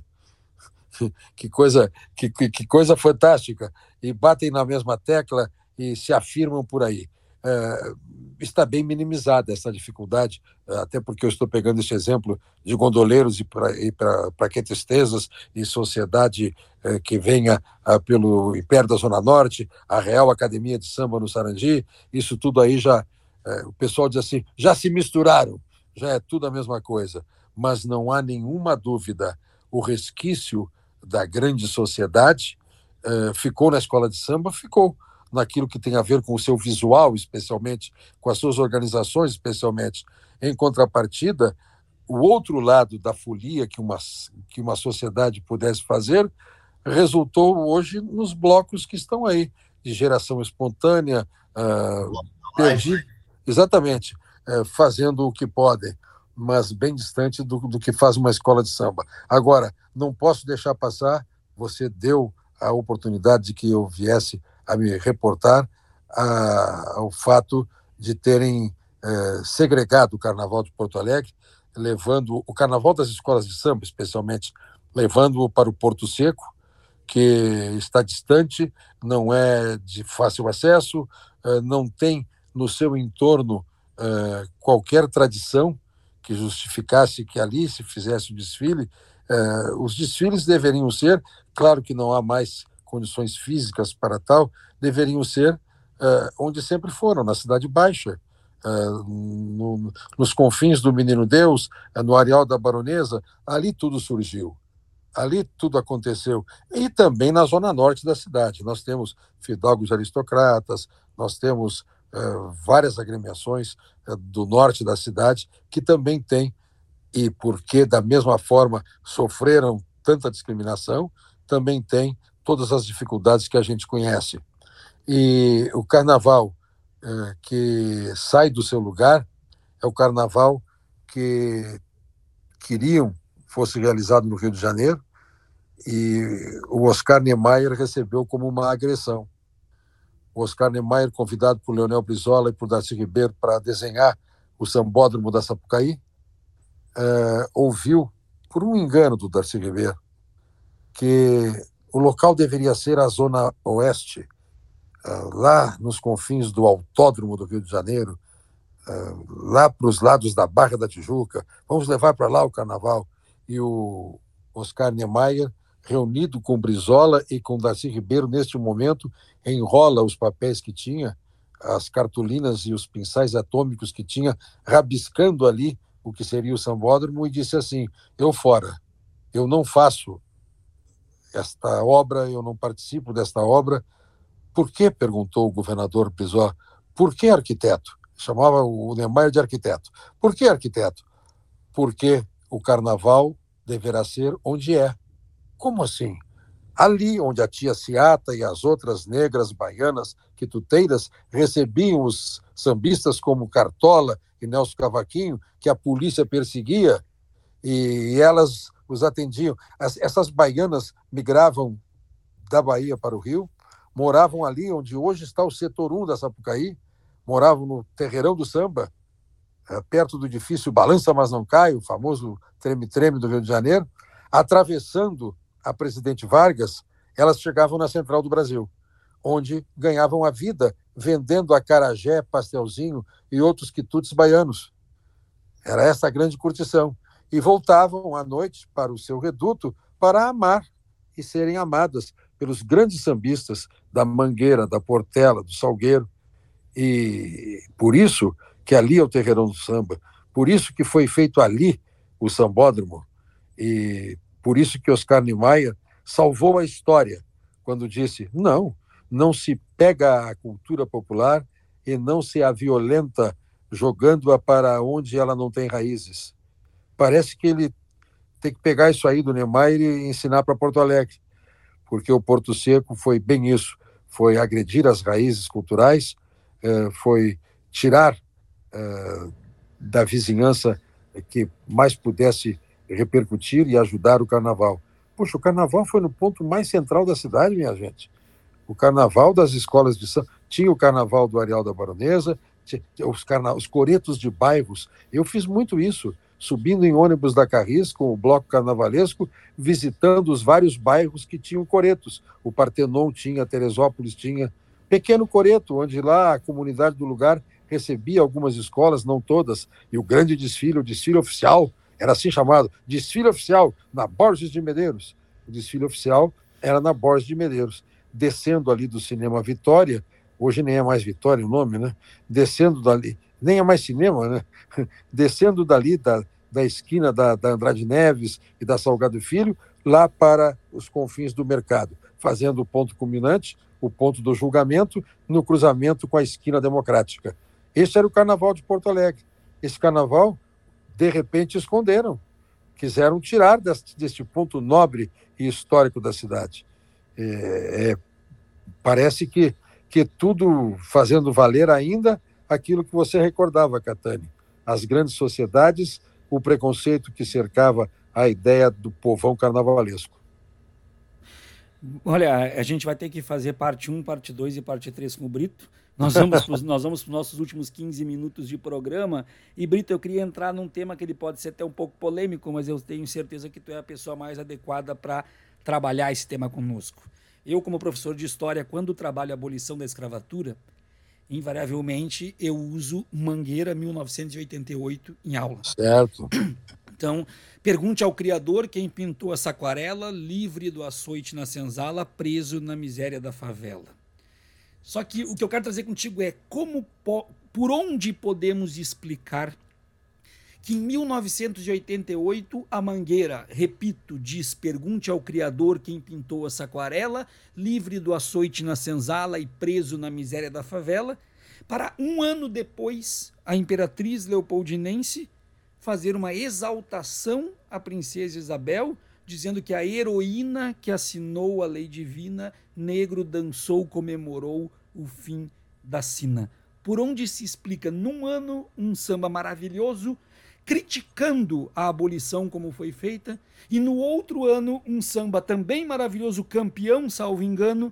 Que coisa, que, que, que coisa fantástica, e batem na mesma tecla e se afirmam por aí. Uh, está bem minimizada essa dificuldade, uh, até porque eu estou pegando esse exemplo de Gondoleiros e Pra Que Tristezas e sociedade uh, que venha uh, pelo Império da Zona Norte, a Real Academia de Samba no Sarandi, isso tudo aí já, uh, o pessoal diz assim, já se misturaram, já é tudo a mesma coisa, mas não há nenhuma dúvida, o resquício da grande sociedade uh, ficou na escola de samba, ficou naquilo que tem a ver com o seu visual, especialmente, com as suas organizações, especialmente. Em contrapartida, o outro lado da folia que uma, que uma sociedade pudesse fazer resultou hoje nos blocos que estão aí, de geração espontânea, uh, perdido, exatamente, uh, fazendo o que podem, mas bem distante do, do que faz uma escola de samba. Agora, não posso deixar passar, você deu a oportunidade de que eu viesse a me reportar a, ao fato de terem eh, segregado o Carnaval de Porto Alegre, levando o Carnaval das escolas de samba, especialmente, levando-o para o Porto Seco, que está distante, não é de fácil acesso, eh, não tem no seu entorno eh, qualquer tradição que justificasse que ali se fizesse o desfile. Eh, os desfiles deveriam ser, claro que não há mais condições físicas para tal, deveriam ser uh, onde sempre foram, na Cidade Baixa, uh, no, nos confins do Menino Deus, uh, no Areal da Baronesa, ali tudo surgiu, ali tudo aconteceu. E também na zona norte da cidade, nós temos fidalgos aristocratas, nós temos uh, várias agremiações uh, do norte da cidade que também têm, e porque da mesma forma sofreram tanta discriminação, também têm todas as dificuldades que a gente conhece. E o carnaval eh, que sai do seu lugar é o carnaval que queriam fosse realizado no Rio de Janeiro, e o Oscar Niemeyer recebeu como uma agressão. o Oscar Niemeyer, convidado por Leonel Brizola e por Darcy Ribeiro para desenhar o sambódromo da Sapucaí, uh, ouviu, por um engano do Darcy Ribeiro, que o local deveria ser a Zona Oeste, uh, lá nos confins do Autódromo do Rio de Janeiro, uh, lá para os lados da Barra da Tijuca, vamos levar para lá o carnaval. E o Oscar Niemeyer, reunido com Brizola e com Darcy Ribeiro, neste momento, enrola os papéis que tinha, as cartolinas e os pincéis atômicos que tinha, rabiscando ali o que seria o sambódromo, e disse assim: eu fora, eu não faço esta obra, eu não participo desta obra. Por quê? Perguntou o governador Brizola. Por que arquiteto? Chamava o Niemeyer de arquiteto. Por que arquiteto? Porque o carnaval deverá ser onde é. Como assim? Ali onde a tia Ciata e as outras negras baianas quituteiras recebiam os sambistas como Cartola e Nelson Cavaquinho, que a polícia perseguia, e elas os atendiam. As, essas baianas migravam da Bahia para o Rio, moravam ali onde hoje está o setor um da Sapucaí, moravam no Terreirão do Samba, perto do edifício Balança Mas Não Cai, o famoso treme-treme do Rio de Janeiro. Atravessando a Presidente Vargas, elas chegavam na Central do Brasil, onde ganhavam a vida vendendo acarajé, pastelzinho e outros quitutes baianos. Era essa a grande curtição. E voltavam à noite para o seu reduto para amar e serem amadas pelos grandes sambistas da Mangueira, da Portela, do Salgueiro. E por isso que ali é o Terreirão do Samba, por isso que foi feito ali o sambódromo, e por isso que Oscar Niemeyer salvou a história quando disse: não, não se pega a cultura popular e não se a violenta jogando-a para onde ela não tem raízes. Parece que ele tem que pegar isso aí do Niemeyer e ensinar para Porto Alegre, porque o Porto Seco foi bem isso, foi agredir as raízes culturais, foi tirar da vizinhança que mais pudesse repercutir e ajudar o carnaval. Puxa, o carnaval foi no ponto mais central da cidade, minha gente. O carnaval das escolas de samba, tinha o carnaval do Areal da Baronesa, tinha os, carna... os coretos de bairros. Eu fiz muito isso, subindo em ônibus da Carris com o bloco carnavalesco, visitando os vários bairros que tinham coretos. O Partenon tinha, Teresópolis tinha, pequeno coreto, onde lá a comunidade do lugar recebia algumas escolas, não todas, e o grande desfile, o desfile oficial, era assim chamado, desfile oficial, na Borges de Medeiros. O desfile oficial era na Borges de Medeiros. Descendo ali do Cinema Vitória, hoje nem é mais Vitória o nome, né? Descendo dali, nem é mais cinema, né? Descendo dali da, da esquina da, da Andrade Neves e da Salgado Filho, lá para os confins do mercado, fazendo o ponto culminante, o ponto do julgamento, no cruzamento com a esquina Democrática. Esse era o carnaval de Porto Alegre. Esse carnaval, de repente, esconderam. Quiseram tirar deste, deste ponto nobre e histórico da cidade. É, é, parece que, que tudo fazendo valer ainda aquilo que você recordava, Catani. As grandes sociedades, o preconceito que cercava a ideia do povão carnavalesco. Olha, a gente vai ter que fazer parte um, parte dois e parte três com o Brito. Nós vamos pros, nós vamos para os nossos últimos quinze minutos de programa. E, Brito, eu queria entrar num tema que ele pode ser até um pouco polêmico, mas eu tenho certeza que tu é a pessoa mais adequada para trabalhar esse tema conosco. Eu, como professor de História, quando trabalho a abolição da escravatura, invariavelmente eu uso Mangueira mil novecentos e oitenta e oito em aula. Certo. Então, pergunte ao criador quem pintou essa aquarela, livre do açoite na senzala, preso na miséria da favela. Só que o que eu quero trazer contigo é como, por onde podemos explicar que em mil novecentos e oitenta e oito a Mangueira, repito, diz: pergunte ao criador quem pintou essa aquarela, livre do açoite na senzala e preso na miséria da favela, para um ano depois a imperatriz leopoldinense fazer uma exaltação à princesa Isabel, dizendo que a heroína que assinou a lei divina, negro dançou, comemorou o fim da sina. Por onde se explica, num ano, um samba maravilhoso, criticando a abolição como foi feita, e no outro ano, um samba também maravilhoso, campeão, salvo engano,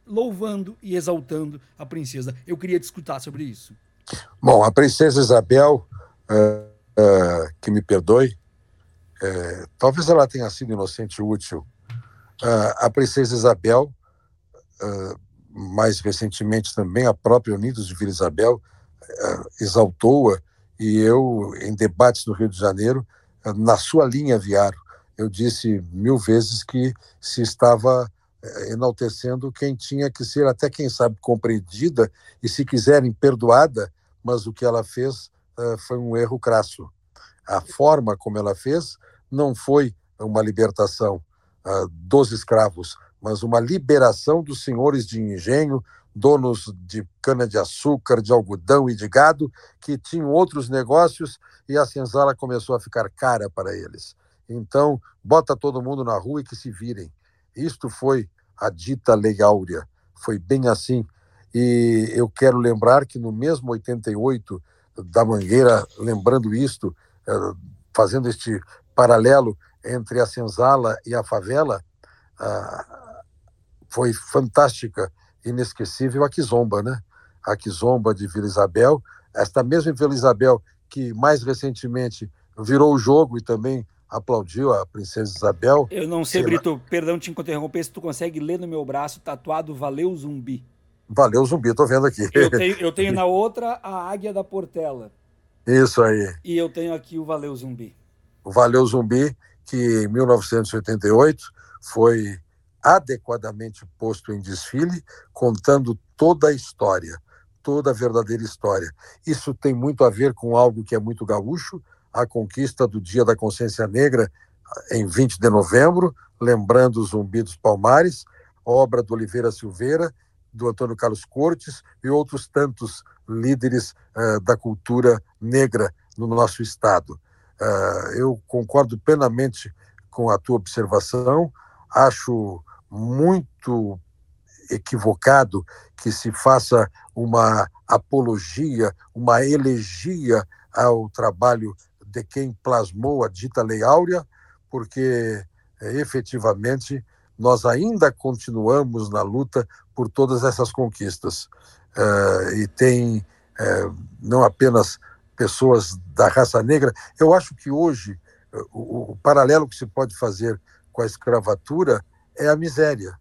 louvando e exaltando a princesa. Eu queria te escutar sobre isso. Bom, a princesa Isabel, uh, uh, que me perdoe, uh, talvez ela tenha sido inocente e útil. Uh, a princesa Isabel, uh, mais recentemente também a própria Unidos de Vila Isabel, uh, exaltou-a, e eu, em debates no Rio de Janeiro, uh, na sua linha Viaro, eu disse mil vezes que se estava enaltecendo quem tinha que ser, até quem sabe, compreendida e, se quiserem, perdoada, mas o que ela fez uh, foi um erro crasso. A forma como ela fez não foi uma libertação uh, dos escravos, mas uma liberação dos senhores de engenho, donos de cana-de-açúcar, de algodão e de gado, que tinham outros negócios, e a senzala começou a ficar cara para eles. Então, bota todo mundo na rua e que se virem. Isto foi a dita Lei Áurea, foi bem assim. E eu quero lembrar que no mesmo oitenta e oito, da Mangueira, lembrando isto, fazendo este paralelo entre a senzala e a favela, foi fantástica, inesquecível a Quizomba, né? A Quizomba de Vila Isabel, esta mesma Vila Isabel que mais recentemente virou o jogo e também aplaudiu a princesa Isabel. Eu não sei, Brito, perdão te interromper, se tu consegue ler no meu braço tatuado Valeu Zumbi. Valeu Zumbi, tô vendo aqui. Eu tenho, eu tenho na outra a Águia da Portela. Isso aí. E eu tenho aqui o Valeu Zumbi. O Valeu Zumbi, que em mil novecentos e oitenta e oito foi adequadamente posto em desfile, contando toda a história, toda a verdadeira história. Isso tem muito a ver com algo que é muito gaúcho, a conquista do Dia da Consciência Negra, em vinte de novembro, lembrando o Zumbi dos Palmares, obra do Oliveira Silveira, do Antônio Carlos Cortes e outros tantos líderes uh, da cultura negra no nosso estado. Uh, eu concordo plenamente com a tua observação, acho muito equivocado que se faça uma apologia, uma elegia ao trabalho de quem plasmou a dita Lei Áurea, porque efetivamente nós ainda continuamos na luta por todas essas conquistas. Uh, e tem uh, não apenas pessoas da raça negra. Eu acho que hoje uh, o, o paralelo que se pode fazer com a escravatura é a miséria,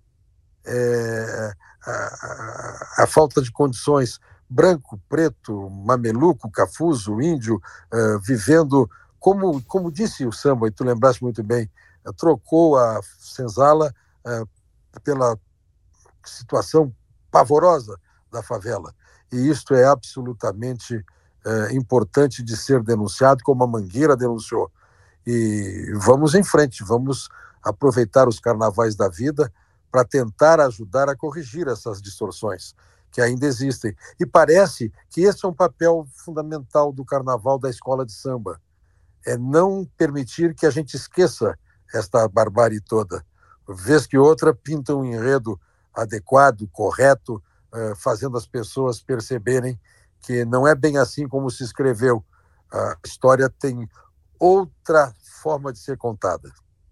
é a, a, a falta de condições. Branco, preto, mameluco, cafuzo, índio, uh, vivendo, como, como disse o samba, e tu lembraste muito bem, uh, trocou a senzala uh, pela situação pavorosa da favela. E isto é absolutamente uh, importante de ser denunciado, como a Mangueira denunciou. E vamos em frente, vamos aproveitar os carnavais da vida para tentar ajudar a corrigir essas distorções que ainda existem. E parece que esse é um papel fundamental do carnaval da escola de samba, é não permitir que a gente esqueça esta barbárie toda. Vez que outra pinta um enredo adequado, correto, uh, fazendo as pessoas perceberem que não é bem assim como se escreveu. A história tem outra forma de ser contada.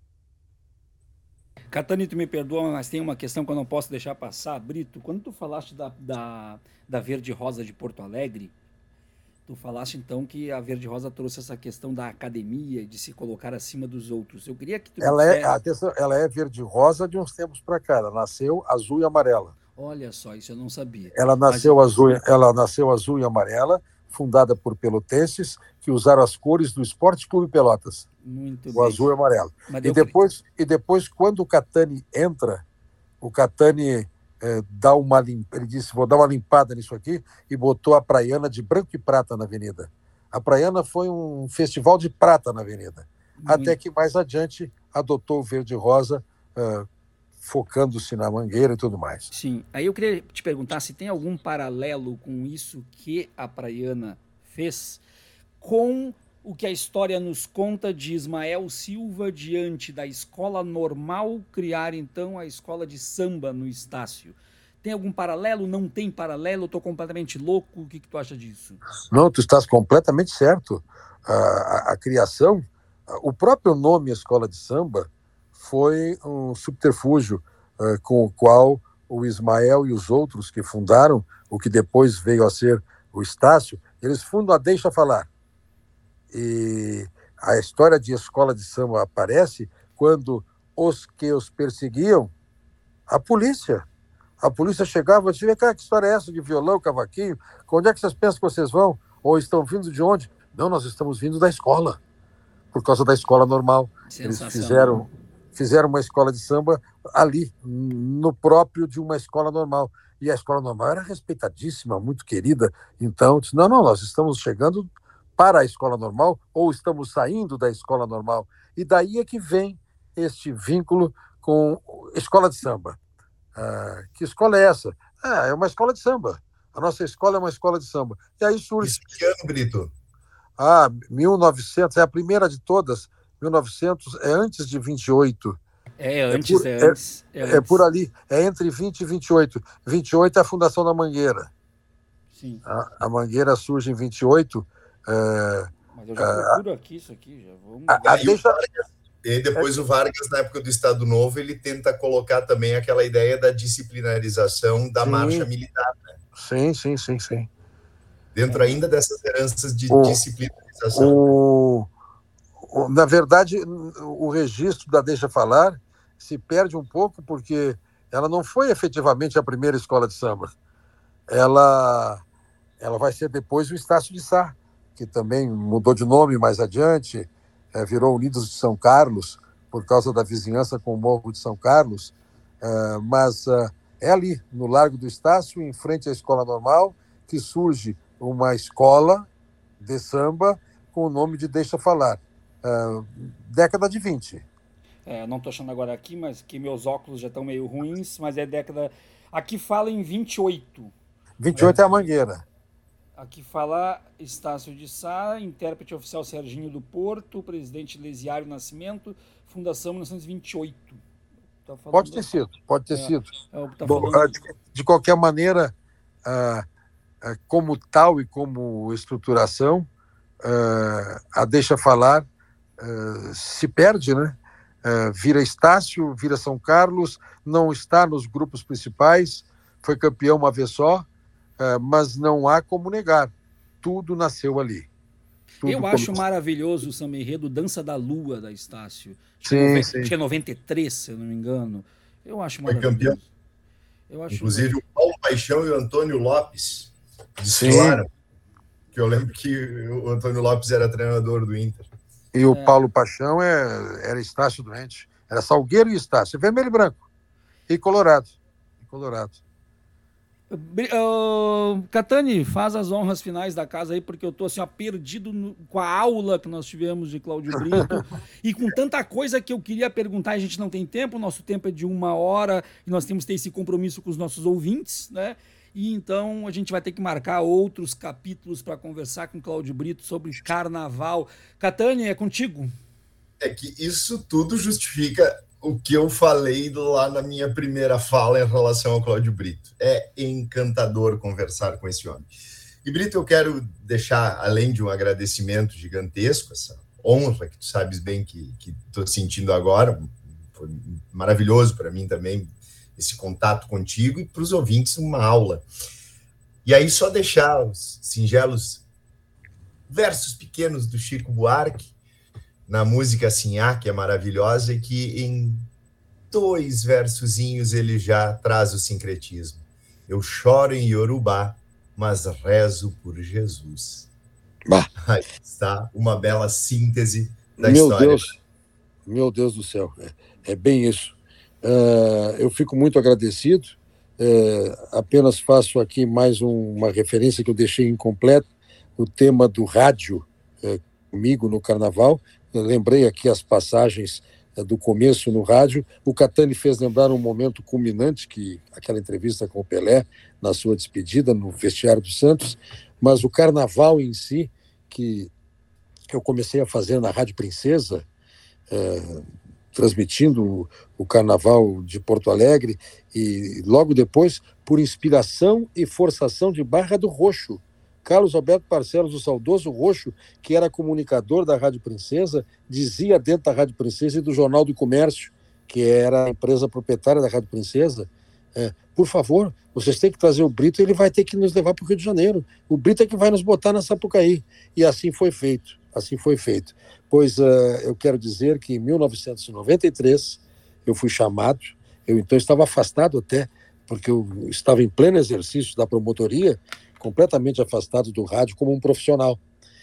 Catani, tu me perdoa, mas tem uma questão que eu não posso deixar passar. Brito, quando tu falaste da, da, da Verde Rosa de Porto Alegre, tu falaste então que a Verde Rosa trouxe essa questão da academia, de se colocar acima dos outros. Eu queria que tu ela, dissesse... é, atenção, ela é verde rosa de uns tempos para cá, ela nasceu azul e amarela. Olha só, isso eu não sabia. Ela nasceu, mas... azul, ela nasceu azul e amarela, fundada por pelotenses que usaram as cores do Esporte Clube Pelotas. Muito o bem. azul e o amarelo. Mas e, eu... depois, e depois, quando o Catani entra, o Catani eh, dá uma lim... ele disse, vou dar uma limpada nisso aqui, e botou a Praiana de branco e prata na avenida. A Praiana foi um festival de prata na avenida. Muito... Até que mais adiante adotou o verde e rosa, uh, focando-se na Mangueira e tudo mais. Sim. Aí eu queria te perguntar se tem algum paralelo com isso que a Praiana fez com o que a história nos conta de Ismael Silva diante da escola normal criar, então, a escola de samba no Estácio. Tem algum paralelo? Não tem paralelo? Estou completamente louco? O que, que tu acha disso? Não, tu estás completamente certo. A, a, a criação, o próprio nome Escola de Samba foi um subterfúgio uh, com o qual o, o Ismael e os outros que fundaram, o que depois veio a ser o Estácio, eles fundam a Deixa Falar. E a história de escola de samba aparece quando os que os perseguiam, a polícia, a polícia chegava e dizia, cara, que história é essa de violão, cavaquinho? Onde é que vocês pensam que vocês vão? Ou estão vindo de onde? Não, nós estamos vindo da escola, por causa da escola normal. Eles fizeram, fizeram uma escola de samba ali, no próprio de uma escola normal. E a escola normal era respeitadíssima, muito querida. Então, disse, não, não, nós estamos chegando para a escola normal ou estamos saindo da escola normal. E daí é que vem este vínculo com escola de samba. Ah, que escola é essa? Ah, é uma escola de samba. A nossa escola é uma escola de samba. E aí surge... Isso que ano, Brito? Ah, mil e novecentos, é a primeira de todas. mil e novecentos é antes de vinte e oito. É antes, é, por, é, antes, é, é, antes. É por ali, é entre vinte e vinte e oito. vinte e oito é a fundação da Mangueira. Sim. A, a Mangueira surge em vinte e oito. É, Mas eu já procuro é, aqui isso aqui. Já vamos... a, a deixa... E depois o Vargas, na época do Estado Novo, ele tenta colocar também aquela ideia da disciplinarização da sim. marcha militar. Né? Sim, sim, sim, sim. Dentro é. ainda dessas heranças de o, disciplinarização. O, o, na verdade, o registro da Deixa Falar se perde um pouco porque ela não foi efetivamente a primeira escola de samba. Ela, ela vai ser depois o Estácio de Sá, que também mudou de nome mais adiante, é, virou Unidos de São Carlos, por causa da vizinhança com o Morro de São Carlos, é, mas é, é ali, no Largo do Estácio, em frente à Escola Normal, que surge uma escola de samba com o nome de Deixa Falar. É, década de vinte. É, não estou achando agora aqui, mas que meus óculos já estão meio ruins, mas é década... Aqui fala em vinte e oito. vinte e oito é, é a Mangueira. Aqui fala Estácio de Sá, intérprete oficial Serginho do Porto, presidente Lesiário Nascimento, fundação mil novecentos e vinte e oito. Tá pode ter da... sido, pode ter é, sido. É tá Bom, falando... de, de qualquer maneira, uh, uh, como tal e como estruturação, uh, a Deixa Falar uh, se perde, né? Uh, vira Estácio, vira São Carlos, não está nos grupos principais, foi campeão uma vez só, Uh, mas não há como negar, tudo nasceu ali. Tudo Eu começou. Acho maravilhoso o samba enredo Dança da Lua, da Estácio. Acho, sim, que, é sim. acho que é noventa e três, se eu não me engano. Eu acho foi maravilhoso. Campeão. Eu acho Inclusive maravilhoso. O Paulo Paixão e o Antônio Lopes desfilaram, que eu lembro que o Antônio Lopes era treinador do Inter. E o é. Paulo Paixão é, era Estácio doente. Era Salgueiro e Estácio, vermelho e branco. E colorado. E colorado. Uh, Catani, faz as honras finais da casa aí, porque eu tô assim, ó, perdido no, com a aula que nós tivemos de Cláudio Brito e com tanta coisa que eu queria perguntar, a gente não tem tempo, o nosso tempo é de uma hora e nós temos que ter esse compromisso com os nossos ouvintes, né? E então a gente vai ter que marcar outros capítulos para conversar com Cláudio Brito sobre carnaval. Catani, é contigo. É que isso tudo justifica o que eu falei lá na minha primeira fala em relação ao Cláudio Brito. É encantador conversar com esse homem. E, Brito, eu quero deixar, além de um agradecimento gigantesco, essa honra que tu sabes bem que estou sentindo agora, foi maravilhoso para mim também, esse contato contigo, e para os ouvintes uma aula. E aí só deixar os singelos versos pequenos do Chico Buarque, na música Sinhá, que é maravilhosa, e que em dois versozinhos ele já traz o sincretismo. Eu choro em Yorubá, mas rezo por Jesus. Bah. Aí está uma bela síntese da meu história. Deus, meu Deus do céu, é, é bem isso. Uh, eu fico muito agradecido, uh, apenas faço aqui mais um, uma referência que eu deixei incompleta, o tema do rádio uh, comigo no Carnaval. Eu lembrei aqui as passagens uh, do começo no rádio. O Catani fez lembrar um momento culminante, que aquela entrevista com o Pelé, na sua despedida, no vestiário do Santos, mas o Carnaval em si, que, que eu comecei a fazer na Rádio Princesa, uh, transmitindo o, o Carnaval de Porto Alegre, e logo depois, por inspiração e forçação de Barra do Roxo, Carlos Alberto Barcelos, o saudoso Roxo, que era comunicador da Rádio Princesa, dizia dentro da Rádio Princesa e do Jornal do Comércio, que era a empresa proprietária da Rádio Princesa, é, por favor, vocês têm que trazer o Brito, ele vai ter que nos levar para o Rio de Janeiro. O Brito é que vai nos botar na Sapucaí. E assim foi feito, assim foi feito. Pois uh, eu quero dizer que em mil novecentos e noventa e três eu fui chamado, eu então estava afastado até, porque eu estava em pleno exercício da promotoria, completamente afastado do rádio como um profissional.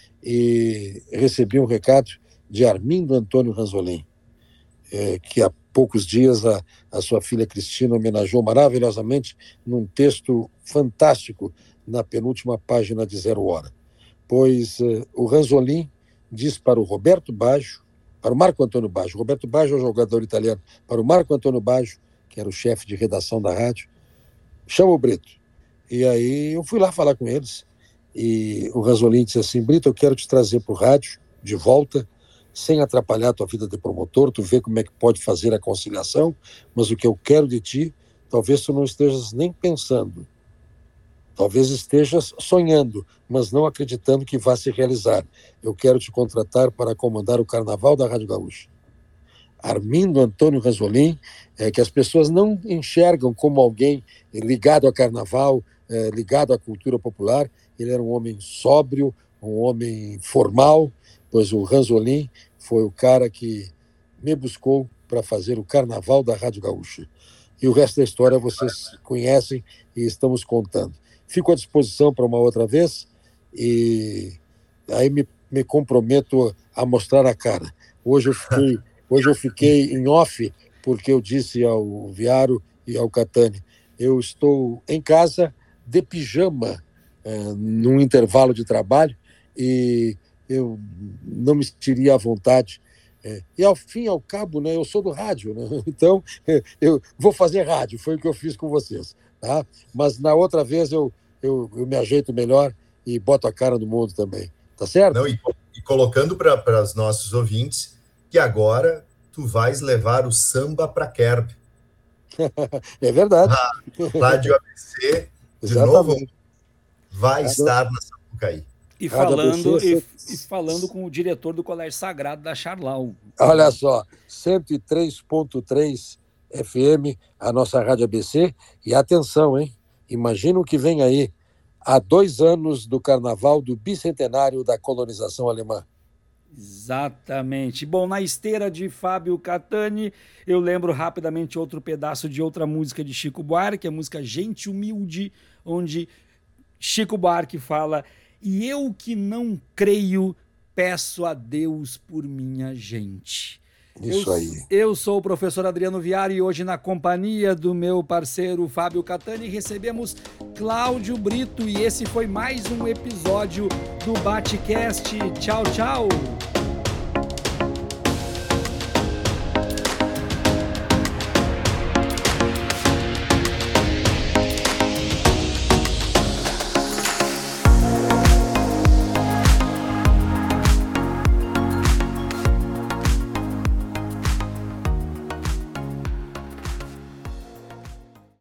E recebi um recado de Armindo Antônio Ranzolin, é, que há poucos dias a, a sua filha Cristina homenageou maravilhosamente num texto fantástico na penúltima página de Zero Hora. Pois uh, o Ranzolin diz para o Roberto Baggio, para o Marco Antônio Baggio, Roberto Baggio é o jogador italiano, para o Marco Antônio Baggio, que era o chefe de redação da rádio, chama o Brito. E aí eu fui lá falar com eles, e o Ranzolin disse assim: Brito, eu quero te trazer para o rádio, de volta, sem atrapalhar a tua vida de promotor, tu vê como é que pode fazer a conciliação, mas o que eu quero de ti, talvez tu não estejas nem pensando, talvez estejas sonhando, mas não acreditando que vá se realizar. Eu quero te contratar para comandar o Carnaval da Rádio Gaúcha. Armindo Antônio Ranzolin, é, que as pessoas não enxergam como alguém ligado ao carnaval, é, ligado à cultura popular. Ele era um homem sóbrio, um homem formal, pois o Ranzolin foi o cara que me buscou para fazer o Carnaval da Rádio Gaúcha. E o resto da história vocês conhecem e estamos contando. Fico à disposição para uma outra vez e aí me, me comprometo a mostrar a cara. Hoje eu fiquei, hoje eu fiquei em off porque eu disse ao Viaro e ao Catani, eu estou em casa de pijama é, num intervalo de trabalho e eu não me sentiria à vontade. É, e ao fim e ao cabo, né, eu sou do rádio, né? Então eu vou fazer rádio, foi o que eu fiz com vocês. Tá? Mas na outra vez eu, eu, eu me ajeito melhor e boto a cara no mundo também. Tá certo? Não, e, e colocando para os nossos ouvintes que agora tu vais levar o samba para Kerb. É verdade. A Rádio A B C, de novo, vai estar na Sapucaí. E falando, e, e falando com o diretor do Colégio Sagrado da Charlau. Olha só, cento e três ponto três F M, a nossa Rádio A B C. E atenção, hein? Imagina o que vem aí, há dois anos do Carnaval do bicentenário da colonização alemã. Exatamente. Bom, na esteira de Fábio Catani, eu lembro rapidamente outro pedaço de outra música de Chico Buarque, a música Gente Humilde, onde Chico Buarque fala: e eu que não creio, peço a Deus por minha gente. Isso eu, aí. Eu sou o professor Adriano Viari e hoje, na companhia do meu parceiro Fábio Catani, recebemos Cláudio Brito e esse foi mais um episódio do Batecast. Tchau, tchau!